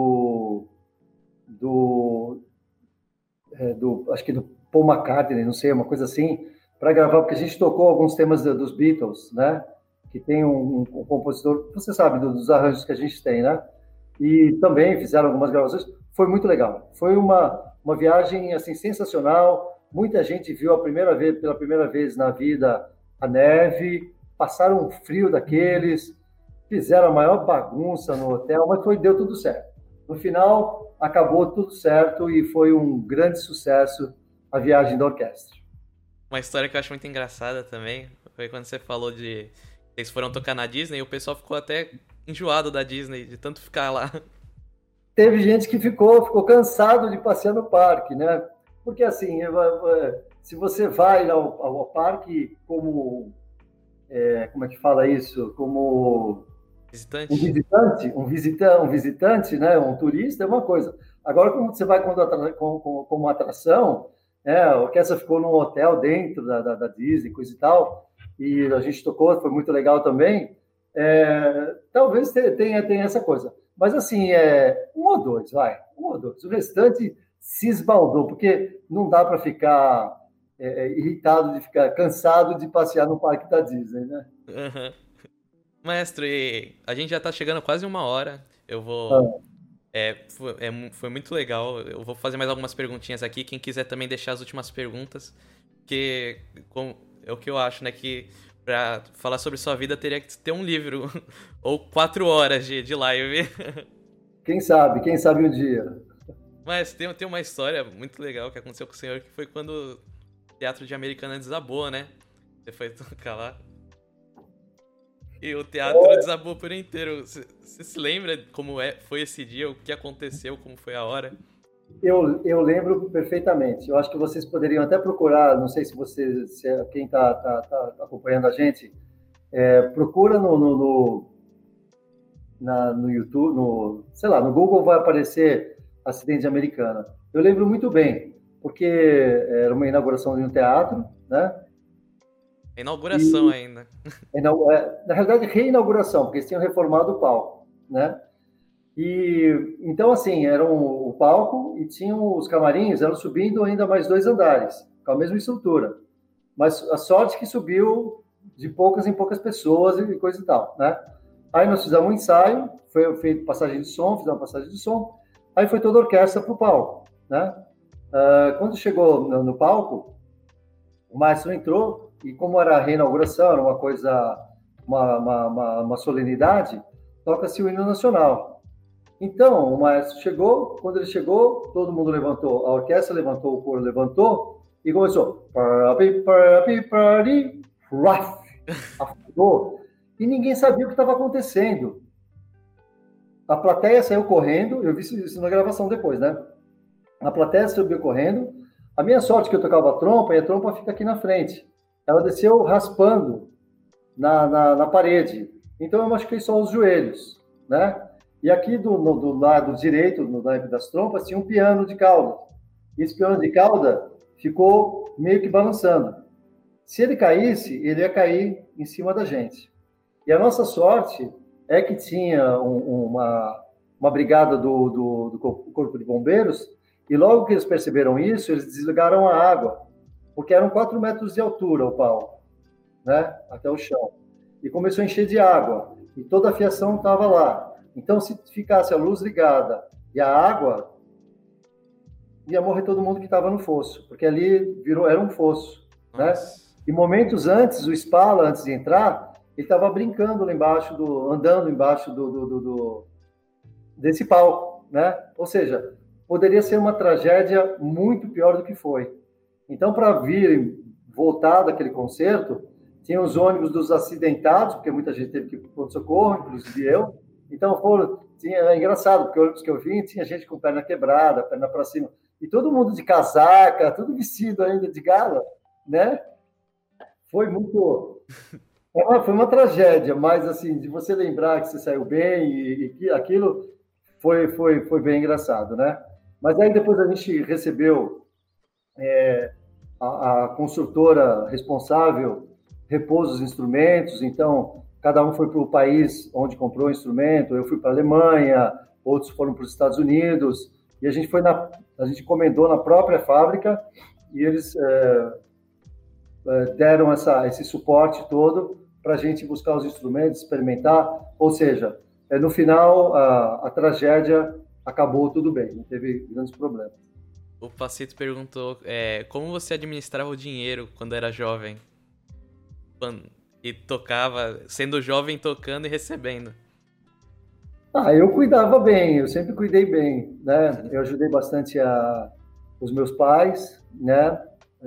acho que do Paul McCartney, não sei, uma coisa assim, para gravar, porque a gente tocou alguns temas dos Beatles, né? Que tem um compositor, você sabe, dos arranjos que a gente tem, né? E também fizeram algumas gravações. Foi muito legal. Foi uma viagem assim sensacional. Muita gente viu pela primeira vez na vida a neve, passaram um frio daqueles, fizeram a maior bagunça no hotel, mas deu tudo certo. No final, acabou tudo certo e foi um grande sucesso a viagem da orquestra. Uma história que eu acho muito engraçada também foi quando você falou de eles foram tocar na Disney e o pessoal ficou até enjoado da Disney, de tanto ficar lá. Teve gente que ficou cansado de passear no parque, né? Porque, assim, se você vai ao parque como... como é que fala isso? Como Visitante? um visitante, né? Um turista é uma coisa. Agora, quando você vai como atração, a orquestra ficou num hotel dentro da Disney, coisa e tal, e a gente tocou, foi muito legal também. Talvez tenha essa coisa. Mas, assim, um ou dois. O restante se esbaldou, porque não dá para ficar irritado, de ficar cansado de passear no parque da Disney, né? Uhum. Maestro, e a gente já tá chegando quase 1 hora. Eu vou... foi muito legal. Eu vou fazer mais algumas perguntinhas aqui. Quem quiser também deixar as últimas perguntas. Porque é o que eu acho, né? Que pra falar sobre sua vida teria que ter um livro. Ou 4 horas de live. Quem sabe um dia. Mas tem uma história muito legal que aconteceu com o senhor, que foi quando o Teatro de Americana desabou, né? Você foi tocar lá. E o teatro desabou por inteiro. Você se lembra como foi esse dia, o que aconteceu, como foi a hora? Eu lembro perfeitamente. Eu acho que vocês poderiam até procurar, não sei se quem está acompanhando a gente, procura no YouTube, sei lá, no Google vai aparecer Acidente Americana. Eu lembro muito bem, porque era uma inauguração de um teatro, né? Inauguração ainda. Na realidade, reinauguração, porque eles tinham reformado o palco, né? E então, assim, era o palco e tinham os camarins, eram subindo ainda mais 2 andares, com a mesma estrutura. Mas a sorte que subiu de poucas em poucas pessoas e coisa e tal, né? Aí nós fizemos um ensaio, foi feito passagem de som, fizemos uma passagem de som, aí foi toda a orquestra para o palco, né? Quando chegou no palco, o maestro entrou e como era a reinauguração, era uma coisa, uma solenidade, toca-se o hino nacional. Então, o maestro chegou, quando ele chegou, todo mundo levantou, a orquestra levantou, o coro levantou e começou. Afundou. E ninguém sabia o que estava acontecendo. A plateia saiu correndo, eu vi isso na gravação depois, né? A plateia subiu correndo. A minha sorte é que eu tocava a trompa, e a trompa fica aqui na frente. Ela desceu raspando na parede. Então eu machuquei só os joelhos, né? E aqui do lado direito, no naipe das trompas, tinha um piano de cauda. E esse piano de cauda ficou meio que balançando. Se ele caísse, ele ia cair em cima da gente. E a nossa sorte é que tinha uma brigada do Corpo de Bombeiros, e logo que eles perceberam isso, eles desligaram a água, porque eram 4 metros de altura o palco, né, até o chão. e começou a encher de água, e toda a fiação estava lá. Então, se ficasse a luz ligada e a água, ia morrer todo mundo que estava no fosso, porque ali era um fosso, né? E momentos antes, o Spala, antes de entrar, ele estava brincando lá embaixo, andando embaixo desse palco, né? Ou seja, poderia ser uma tragédia muito pior do que foi. Então, para voltar daquele concerto, tinha os ônibus dos acidentados, porque muita gente teve que ir para o pronto-socorro, inclusive eu. Então, é engraçado, porque o ônibus que eu vim tinha gente com perna quebrada, perna para cima, e todo mundo de casaca, tudo vestido ainda de gala, né? Foi uma tragédia, mas assim, de você lembrar que você saiu bem e que aquilo foi bem engraçado, né? Mas aí depois a gente recebeu a construtora responsável repôs os instrumentos, então cada um foi para o país onde comprou o instrumento, eu fui para a Alemanha, outros foram para os Estados Unidos, e a gente encomendou na própria fábrica e eles deram esse suporte todo para a gente buscar os instrumentos, experimentar, ou seja, no final a tragédia acabou tudo bem, não teve grandes problemas. O Pacito perguntou como você administrava o dinheiro quando era jovem? E tocava, sendo jovem, tocando e recebendo. Eu cuidava bem, eu sempre cuidei bem, né? Eu ajudei bastante os meus pais, né?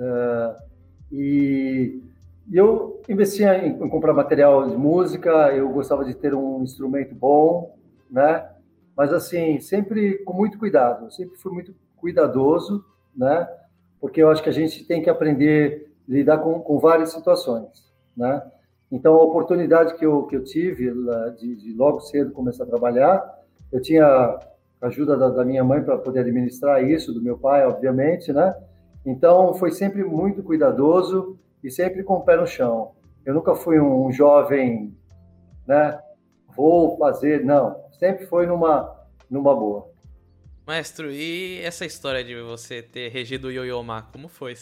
E eu investia em comprar material de música, eu gostava de ter um instrumento bom, né? Mas assim, sempre com muito cuidado, eu sempre fui muito cuidadoso, né? Porque eu acho que a gente tem que aprender a lidar com várias situações, né? Então, a oportunidade que eu tive de logo cedo começar a trabalhar, eu tinha a ajuda da minha mãe para poder administrar isso, do meu pai, obviamente, né? Então, foi sempre muito cuidadoso e sempre com o pé no chão. Eu nunca fui um jovem, né? Vou fazer, não. Sempre foi numa boa. Maestro, e essa história de você ter regido o Yo-Yo Ma, como foi?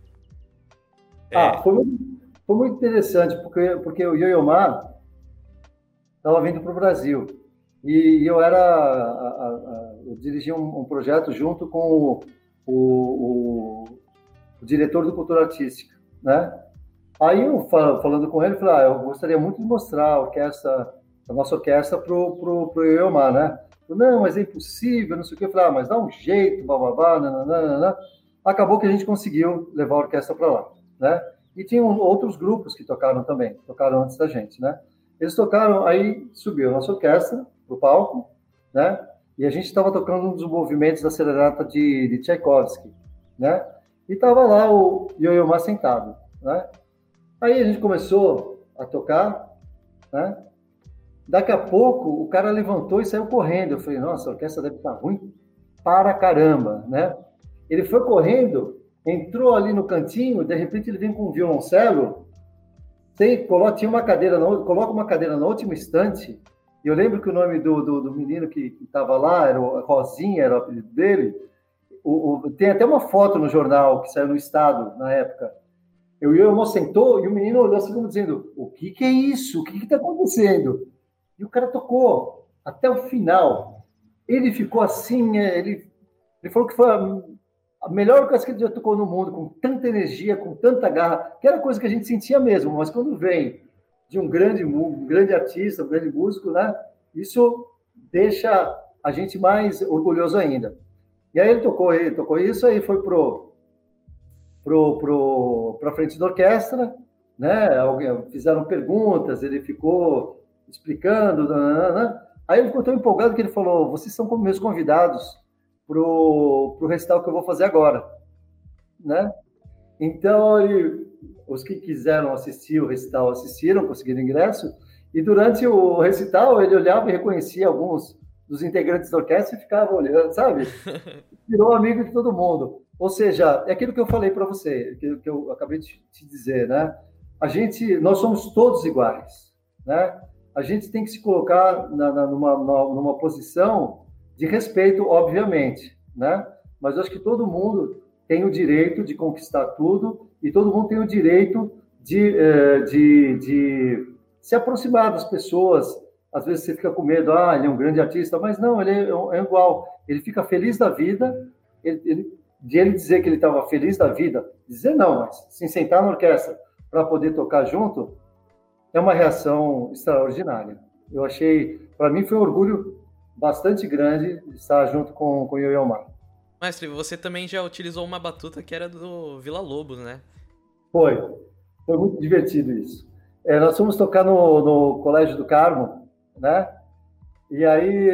Foi muito interessante, porque o Yo-Yo Ma estava vindo para o Brasil. E eu eu dirigi um projeto junto com o diretor do Cultura Artística, né? Aí eu, falando com ele, falei, eu gostaria muito de mostrar a nossa orquestra pro Yo-Yo Ma, né? Falei, não, mas é impossível, não sei o quê. Eu falei, mas dá um jeito, bababá, nananana. Acabou que a gente conseguiu levar a orquestra para lá, né? E tinham outros grupos que tocaram também, tocaram antes da gente, né? Eles tocaram, aí subiu a nossa orquestra pro palco, né? E a gente estava tocando um dos movimentos da serenata de Tchaikovsky, né? E estava lá o Yo-Yo Ma sentado, né? Aí a gente começou a tocar, né? Daqui a pouco o cara levantou e saiu correndo. Eu falei, nossa, a orquestra deve estar ruim para caramba, né? Ele foi correndo, entrou ali no cantinho, de repente ele vem com um violoncelo, tinha uma cadeira, coloca uma cadeira na última estante, e eu lembro que o nome do menino que estava lá, era o Rosinha, era o apelido dele, tem até uma foto no jornal que saiu no Estado, na época. O irmão sentou e o menino olhou assim como dizendo, o que é isso? O que está acontecendo? E o cara tocou até o final. Ele ficou assim, ele falou que foi a melhor orquestra que ele já tocou no mundo, com tanta energia, com tanta garra, que era coisa que a gente sentia mesmo, mas quando vem de um grande artista, um grande músico, né, isso deixa a gente mais orgulhoso ainda. E aí ele tocou isso, aí foi para frente da orquestra, né, fizeram perguntas, ele ficou explicando, aí ele ficou tão empolgado que ele falou, vocês são como meus convidados pro recital que eu vou fazer agora, né? Então, os que quiseram assistir o recital assistiram, conseguiram ingresso, e durante o recital ele olhava e reconhecia alguns dos integrantes da orquestra e ficava olhando, sabe? Virou amigo de todo mundo. Ou seja, é aquilo que eu falei para você, que eu acabei de te dizer, né? Nós somos todos iguais, né? A gente tem que se colocar numa posição de respeito, obviamente, né? Mas eu acho que todo mundo tem o direito de conquistar tudo e todo mundo tem o direito de se aproximar das pessoas. Às vezes você fica com medo, ele é um grande artista, mas não, ele é igual. Ele fica feliz da vida, de ele dizer que ele estava feliz da vida, dizer não, mas se sentar na orquestra para poder tocar junto, é uma reação extraordinária. Eu achei, para mim foi um orgulho bastante grande estar junto com o Yo-Yo Ma. Mestre, você também já utilizou uma batuta que era do Villa Lobos, né? Foi muito divertido isso. Nós fomos tocar no Colégio do Carmo, né? E aí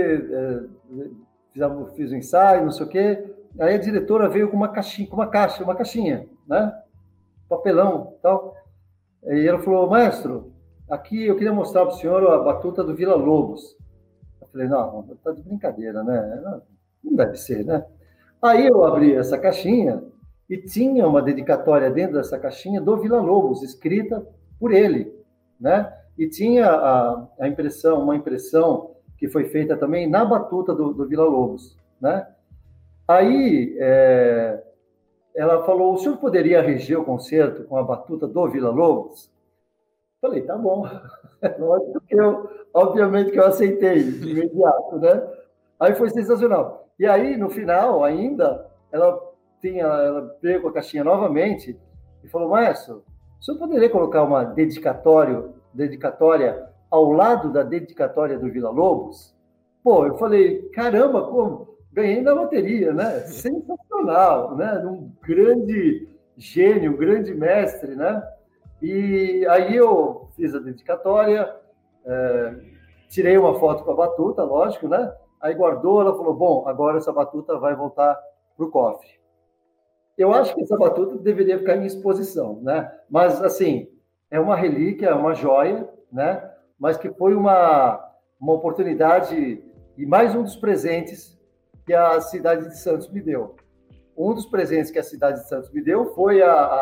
fiz um ensaio, não sei o quê. Aí a diretora veio com uma caixinha, né? Papelão, tal. E ela falou: maestro, aqui eu queria mostrar para o senhor a batuta do Villa Lobos. Eu falei: não, tá de brincadeira, né? Não deve ser, né? Aí eu abri essa caixinha e tinha uma dedicatória dentro dessa caixinha do Villa Lobos, escrita por ele, né? E tinha uma impressão que foi feita também na batuta do Villa Lobos, né? Aí ela falou: o senhor poderia reger o concerto com a batuta do Villa Lobos? Falei: tá bom. Lógico que obviamente que eu aceitei de imediato, né? Aí foi sensacional. E aí, no final, ainda, ela veio com a caixinha novamente e falou: maestro, o senhor poderia colocar uma dedicatória ao lado da dedicatória do Villa Lobos? Pô, eu falei: caramba, como? Ganhei na loteria, né? Sensacional, né? Um grande gênio, um grande mestre, né? E aí eu fiz a dedicatória, tirei uma foto com a batuta, lógico, né? Aí guardou, ela falou: bom, agora essa batuta vai voltar para o cofre. Eu acho que essa batuta deveria ficar em exposição, né? Mas, assim, é uma relíquia, é uma joia, né? Mas que foi uma oportunidade e mais um dos presentes que a cidade de Santos me deu. Um dos presentes que a cidade de Santos me deu foi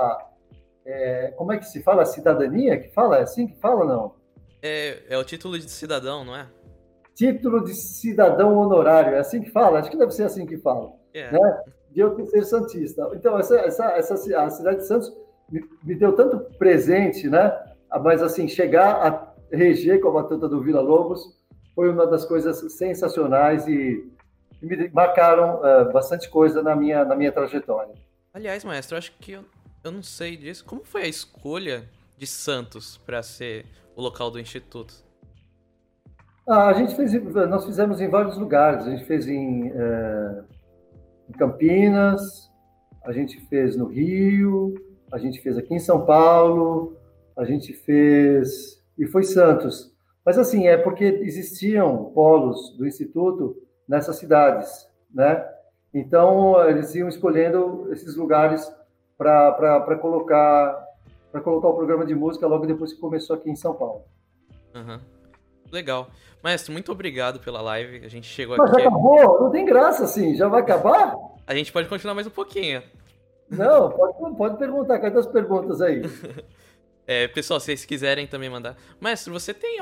como é que se fala? A cidadania? Que fala? É assim que fala, não? É o título de cidadão, não é? Título de cidadão honorário, é assim que fala? Acho que deve ser assim que fala. Né? De eu ser santista. Então, a cidade de Santos me deu tanto presente, né? Mas, assim, chegar a reger com a batuta do Villa Lobos foi uma das coisas sensacionais e me marcaram bastante coisa na minha trajetória. Aliás, maestro, eu acho que eu não sei disso. Como foi a escolha de Santos para ser o local do Instituto? Nós fizemos em vários lugares. A gente fez em Campinas, a gente fez no Rio, a gente fez aqui em São Paulo, a gente fez... E foi Santos. Mas, assim, é porque existiam polos do Instituto nessas cidades, né? Então, eles iam escolhendo esses lugares para colocar o programa de música logo depois que começou aqui em São Paulo. Uhum. Legal. Maestro, muito obrigado pela live. A gente chegou Mas aqui... já acabou? Não tem graça, assim. Já vai acabar? A gente pode continuar mais um pouquinho. Não, pode perguntar. Cadê as perguntas aí? Pessoal, se vocês quiserem também mandar... Maestro, você tem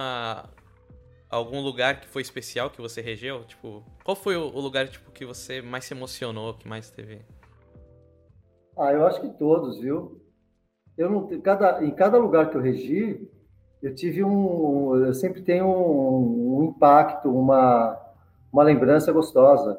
algum lugar que foi especial que você regeu? Tipo, qual foi o lugar que você mais se emocionou, que mais teve? Eu acho que todos, viu? Em cada lugar que eu regi, eu sempre tenho um impacto, uma lembrança gostosa.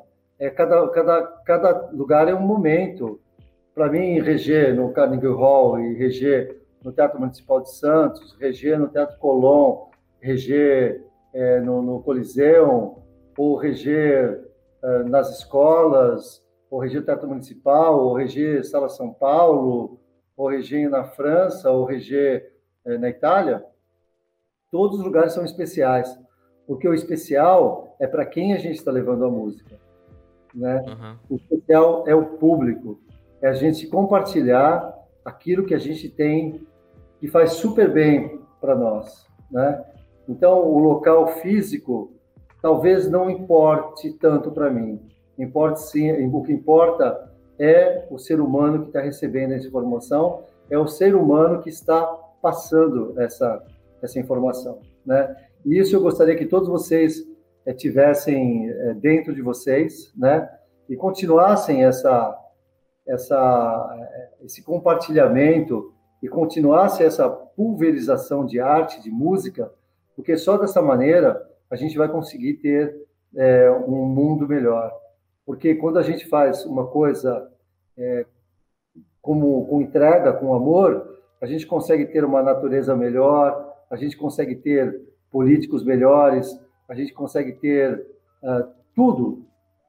Cada lugar é um momento. Para mim, reger no Carnegie Hall e reger no Teatro Municipal de Santos, reger no Teatro Colón, reger no Coliseu, ou reger nas escolas, ou reger o Teatro Municipal, ou reger Sala São Paulo, ou reger na França, ou reger na Itália, todos os lugares são especiais, porque o especial é para quem a gente está levando a música, né? Uhum. O especial é o público, é a gente compartilhar aquilo que a gente tem que faz super bem para nós, né? Então, o local físico talvez não importe tanto para mim. Importa sim, o que importa é o ser humano que está recebendo essa informação, é o ser humano que está passando essa informação, né? E isso eu gostaria que todos vocês tivessem dentro de vocês, né? E continuassem esse compartilhamento e continuasse essa pulverização de arte, de música, porque só dessa maneira a gente vai conseguir ter um mundo melhor. Porque quando a gente faz uma coisa com entrega, com amor, a gente consegue ter uma natureza melhor, a gente consegue ter políticos melhores, a gente consegue ter todo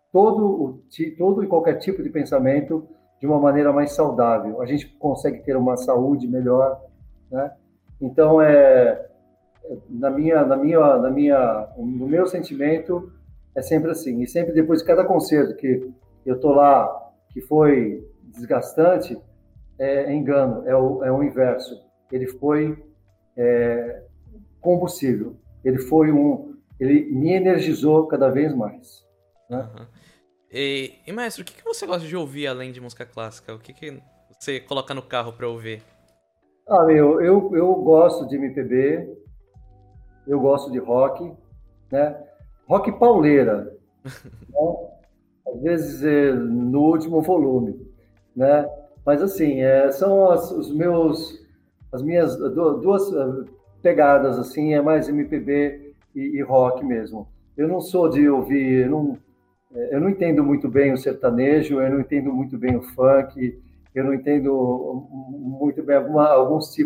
e qualquer tipo de pensamento de uma maneira mais saudável. A gente consegue ter uma saúde melhor, né? Então, no meu sentimento, é sempre assim. E sempre depois de cada concerto que eu tô lá, que foi desgastante, é engano, é o inverso. Ele foi combustível. Ele me energizou cada vez mais, né? Uhum. E maestro, o que você gosta de ouvir além de música clássica? O que você coloca no carro para ouvir? Eu gosto de MPB, eu gosto de rock, né? Rock pauleira, né? Às vezes no último volume, né? Mas assim, são as minhas duas pegadas, assim, é mais MPB e rock mesmo. Eu não sou de ouvir, eu não entendo muito bem o sertanejo, eu não entendo muito bem o funk, eu não entendo muito bem alguns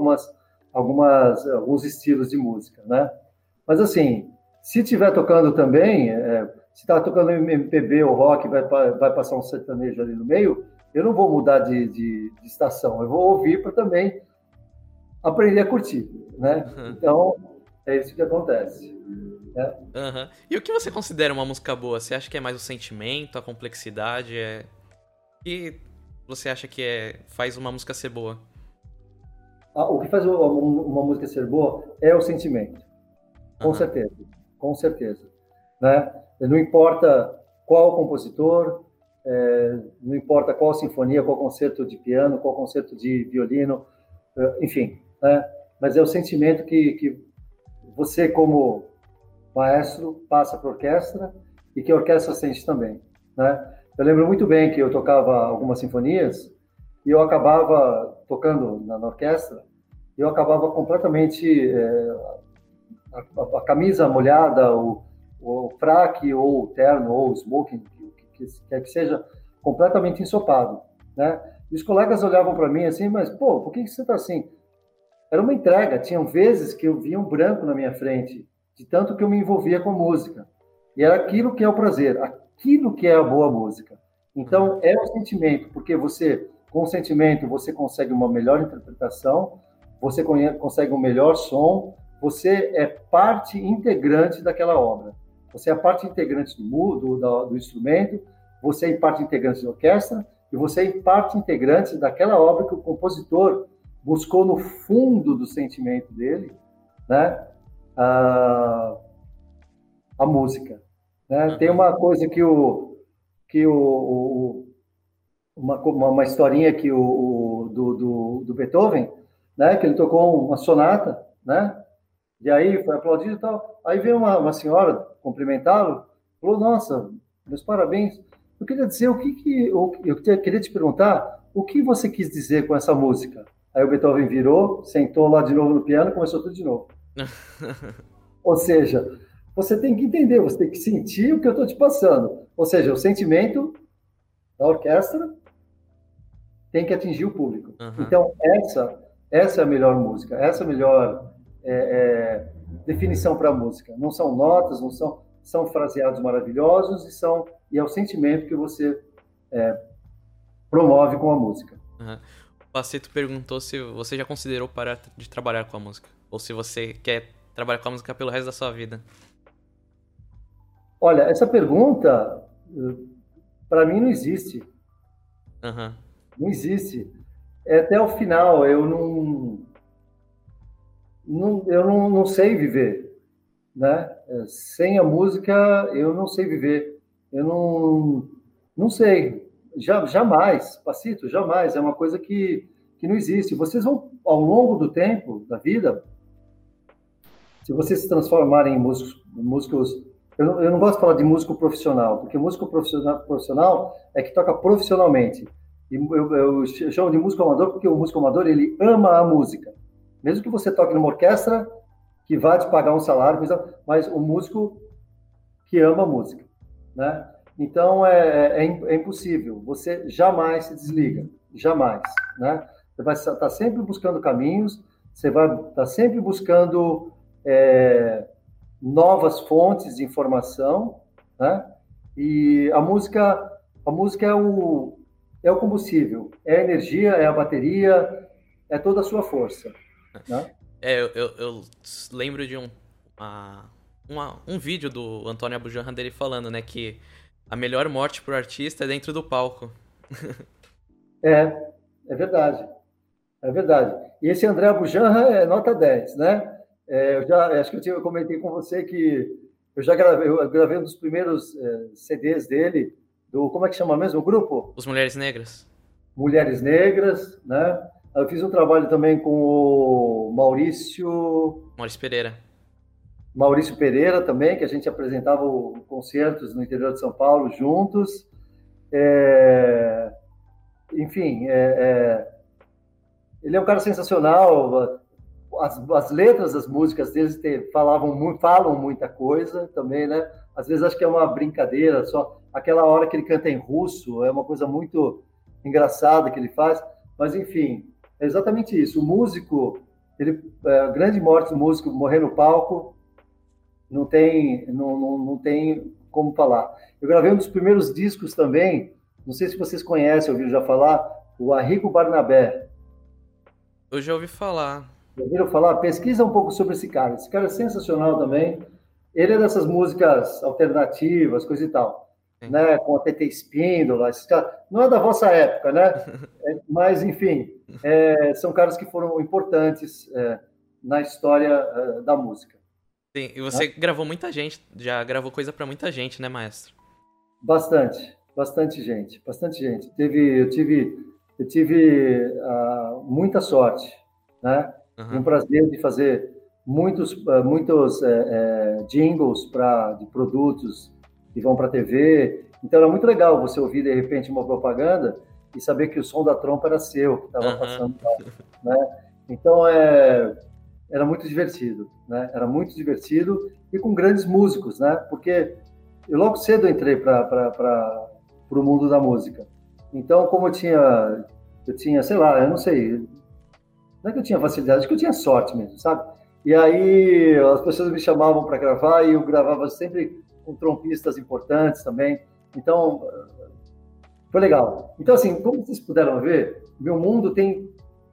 estilos de música, né? Mas assim, se estiver tocando também, se está tocando MPB ou rock, vai passar um sertanejo ali no meio, eu não vou mudar de estação, eu vou ouvir para também aprender a curtir, né? Uhum. Então, é isso que acontece. Né? Uhum. E o que você considera uma música boa? Você acha que é mais o sentimento, a complexidade? O que você acha que faz uma música ser boa? O que faz uma música ser boa é o sentimento. Com certeza, com certeza. Né? Não importa qual compositor, não importa qual sinfonia, qual concerto de piano, qual concerto de violino, enfim, né? Mas é o sentimento que você, como maestro, passa para a orquestra e que a orquestra sente também, né? Eu lembro muito bem que eu tocava algumas sinfonias e eu acabava tocando na orquestra e eu acabava completamente a camisa molhada, o fraque ou o terno ou o smoking, que quer que seja, completamente ensopado, né? E os colegas olhavam para mim assim, mas, pô, por que você está assim? Era uma entrega. Tinham vezes que eu via um branco na minha frente, de tanto que eu me envolvia com a música. E era aquilo que é o prazer, aquilo que é a boa música. Então, é o sentimento, porque com o sentimento, você consegue uma melhor interpretação, você consegue um melhor som, você é parte integrante daquela obra. Você é parte integrante do instrumento, você é parte integrante da orquestra, e você é parte integrante daquela obra que o compositor buscou no fundo do sentimento dele, né? A música, né? Tem uma coisa uma historinha que do Beethoven, né? Que ele tocou uma sonata, né? E aí foi aplaudido e tal. Aí veio uma senhora cumprimentá-lo, falou: "Nossa, meus parabéns. Eu queria dizer eu queria te perguntar o que você quis dizer com essa música." Aí o Beethoven virou, sentou lá de novo no piano e começou tudo de novo. Ou seja, você tem que entender, você tem que sentir o que eu estou te passando. Ou seja, o sentimento da orquestra tem que atingir o público. Então, essa é a melhor música, essa é a melhor definição para a música. Não são notas, são fraseados maravilhosos e é o sentimento que você promove com a música. O Pacito perguntou se você já considerou parar de trabalhar com a música, ou se você quer trabalhar com a música pelo resto da sua vida. Olha, essa pergunta, para mim, não existe. Não existe. Até o final, eu não sei viver, né? Sem a música, eu não sei viver. Eu não sei. Jamais, Pacito, jamais. É uma coisa que não existe. Vocês vão, ao longo do tempo, da vida, se vocês se transformarem em músicos... Eu não gosto de falar de músico profissional, porque músico profissional é que toca profissionalmente. E eu chamo de músico amador porque o músico amador, ele ama a música. Mesmo que você toque numa orquestra que vai te pagar um salário, mas o músico que ama a música, né? Então é impossível. Você jamais se desliga, jamais, né? Você vai estar sempre buscando caminhos, você vai estar sempre buscando novas fontes de informação, né? E a música é o combustível, é a energia, é a bateria, é toda a sua força, né? Eu lembro de um vídeo do Antônio Abujanra dele falando, né, que a melhor morte pro artista é dentro do palco. É, é verdade. É verdade. E esse André Bujanra é nota 10, né? Eu já acho que eu comentei com você que eu gravei um dos primeiros CDs dele, do, como é que chama mesmo o grupo? Os Mulheres Negras. Mulheres Negras, né? Eu fiz um trabalho também com o Maurício Pereira. Maurício Pereira também, que a gente apresentava concertos no interior de São Paulo juntos. É, enfim, ele é um cara sensacional. As letras das músicas deles falam muita coisa também, né? Às vezes acho que é uma brincadeira, só aquela hora que ele canta em russo é uma coisa muito engraçada que ele faz, mas enfim, é exatamente isso. O músico, a grande morte do músico morrer no palco, não tem como falar. Eu gravei um dos primeiros discos também, não sei se vocês conhecem, ouviram já falar, o Arrigo Barnabé. Eu já ouvi falar. Já ouviram falar? Pesquisa um pouco sobre esse cara. Esse cara é sensacional também. Ele é dessas músicas alternativas, coisa e tal, Sim. né? Com a TT Espíndola. Esse cara, não é da vossa época, né? Mas, enfim, são caras que foram importantes na história da música. Sim, e Né? você gravou muita gente, já gravou coisa pra muita gente, né, maestro? Bastante gente, bastante gente. Eu tive muita sorte, né? E um Aham. prazer de fazer muitos jingles de produtos que vão para a TV. Então era muito legal você ouvir de repente uma propaganda e saber que o som da trompa era seu, que estava Aham. passando lá, né? Então era muito divertido, né? Era muito divertido e com grandes músicos, né? Porque eu logo cedo entrei para o mundo da música. Então, como eu tinha, sei lá, eu não sei, não é que eu tinha facilidade, acho que eu tinha sorte mesmo, sabe? E aí as pessoas me chamavam para gravar e eu gravava sempre com trompistas importantes também. Então, foi legal. Então, assim, como vocês puderam ver, meu mundo tem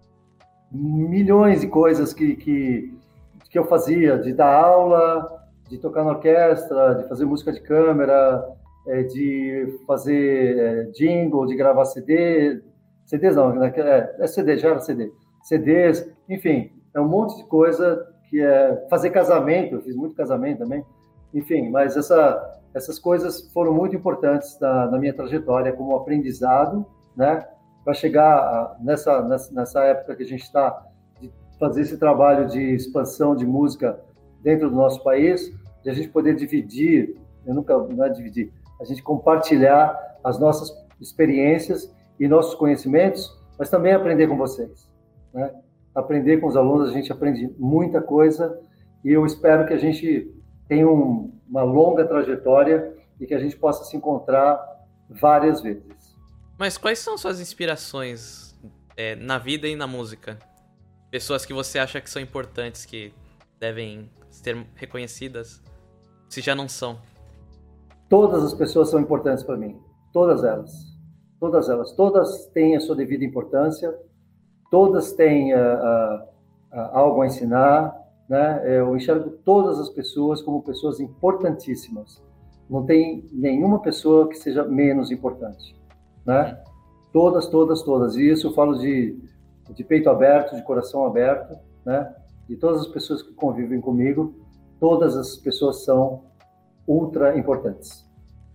milhões de coisas que eu fazia, de dar aula, de tocar na orquestra, de fazer música de câmera, de fazer jingle, de gravar CD, CDs não, né? CD, já era CD, CDs, enfim, é um monte de coisa que é fazer casamento, eu fiz muito casamento também, enfim, mas essas coisas foram muito importantes na minha trajetória como aprendizado, né? Para chegar nessa época que a gente está de fazer esse trabalho de expansão de música dentro do nosso país, de a gente poder dividir, não é dividir, a gente compartilhar as nossas experiências e nossos conhecimentos, mas também aprender com vocês, né? Aprender com os alunos, a gente aprende muita coisa e eu espero que a gente tenha uma longa trajetória e que a gente possa se encontrar várias vezes. Mas quais são suas inspirações na vida e na música? Pessoas que você acha que são importantes, que devem ser reconhecidas, se já não são? Todas as pessoas são importantes para mim, todas elas, todas elas, todas têm a sua devida importância, todas têm algo a ensinar, né? Eu enxergo todas as pessoas como pessoas importantíssimas. Não tem nenhuma pessoa que seja menos importante, né? Todas, todas, todas. E isso eu falo de peito aberto, de coração aberto, né? De todas as pessoas que convivem comigo, todas as pessoas são ultra importantes.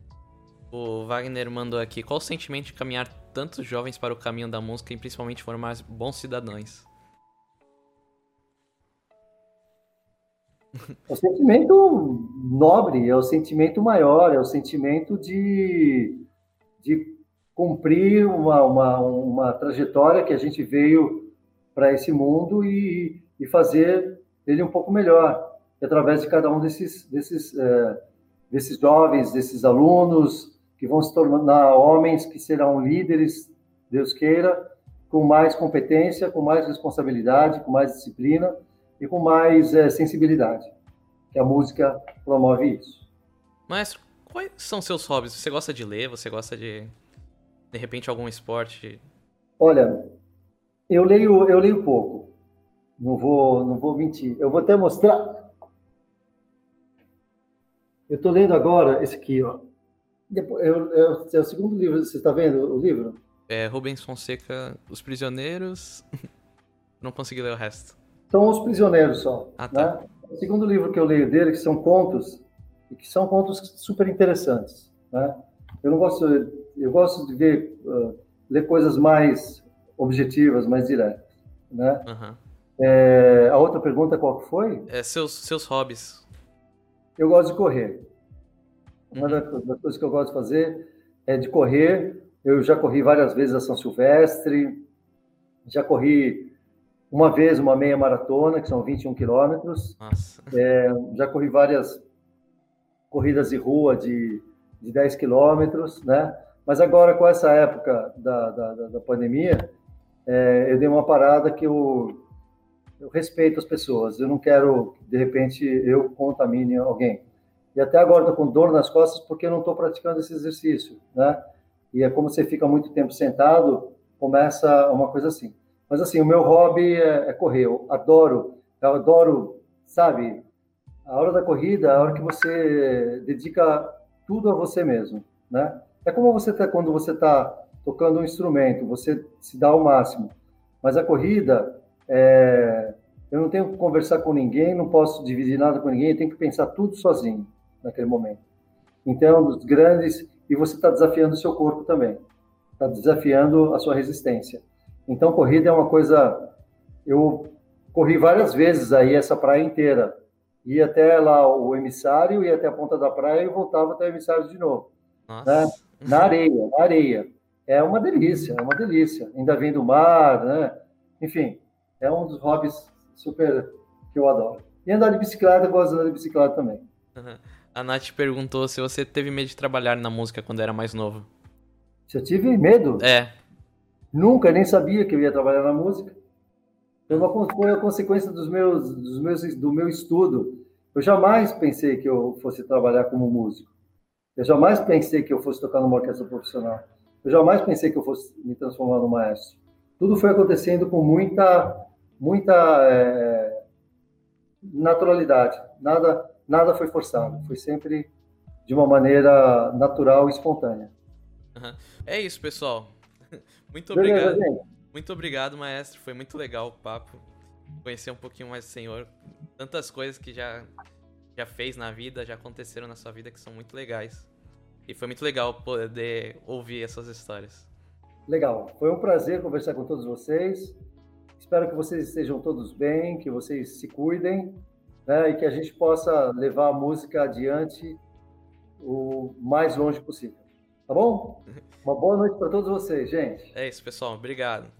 O Wagner mandou aqui: qual o sentimento de caminhar tantos jovens para o caminho da música e principalmente formar bons cidadãos? É o sentimento nobre, é o sentimento maior, é o sentimento de cumprir uma trajetória que a gente veio para esse mundo e fazer ele um pouco melhor, através de cada um desses jovens, desses alunos, que vão se tornar homens que serão líderes, Deus queira, com mais competência, com mais responsabilidade, com mais disciplina e com mais sensibilidade, que a música promove isso. Maestro, quais são seus hobbies? Você gosta de ler? Você gosta de repente, algum esporte? Olha, eu leio pouco, não vou mentir. Eu vou até mostrar. Eu estou lendo agora esse aqui, ó. É o segundo livro, você está vendo o livro? É Rubens Fonseca, Os Prisioneiros. Não consegui ler o resto. São Os Prisioneiros só. Ah, tá. Né? O segundo livro que eu leio dele, que são contos, e que são contos super interessantes. Né? Eu gosto de ler coisas mais objetivas, mais diretas. Né? Uhum. A outra pergunta qual que foi? Seus hobbies. Eu gosto de correr. Uma das coisas que eu gosto de fazer é de correr. Eu já corri várias vezes a São Silvestre, já corri uma vez uma meia maratona, que são 21 quilômetros. Nossa. Já corri várias corridas de rua de 10 quilômetros, né? Mas agora, com essa época da pandemia, eu dei uma parada que eu respeito as pessoas. Eu não quero, de repente, eu contamine alguém. E até agora estou com dor nas costas porque eu não estou praticando esse exercício, né? E é como você fica muito tempo sentado, começa uma coisa assim. Mas assim, o meu hobby é correr. Eu adoro, sabe? A hora da corrida é a hora que você dedica tudo a você mesmo, né? É como quando você está tocando um instrumento, você se dá ao máximo. Mas a corrida, eu não tenho que conversar com ninguém, não posso dividir nada com ninguém, eu tenho que pensar tudo sozinho naquele momento. Então, dos grandes, e você está desafiando o seu corpo também, está desafiando a sua resistência. Então, corrida é uma coisa. Eu corri várias vezes aí essa praia inteira, ia até lá o emissário, ia até a ponta da praia e voltava até o emissário de novo. Né? Na areia. É uma delícia. Ainda vem do mar, né? Enfim, é um dos hobbies super que eu adoro. E andar de bicicleta, eu gosto de andar de bicicleta também. Uhum. A Nath perguntou se você teve medo de trabalhar na música quando era mais novo. Se eu tive medo? Nunca, nem sabia que eu ia trabalhar na música. Foi a consequência do meu estudo. Eu jamais pensei que eu fosse trabalhar como músico. Eu jamais pensei que eu fosse tocar numa orquestra profissional. Eu jamais pensei que eu fosse me transformar no maestro. Tudo foi acontecendo com muita naturalidade. Nada foi forçado. Foi sempre de uma maneira natural e espontânea. Uhum. É isso, pessoal. Muito Beleza, obrigado. gente. Muito obrigado, maestro. Foi muito legal o papo. Conhecer um pouquinho mais do senhor. Tantas coisas que já fez na vida, já aconteceram na sua vida que são muito legais. E foi muito legal poder ouvir essas histórias. Legal. Foi um prazer conversar com todos vocês. Espero que vocês estejam todos bem, que vocês se cuidem, né, e que a gente possa levar a música adiante o mais longe possível. Tá bom? Uma boa noite para todos vocês, gente. É isso, pessoal. Obrigado.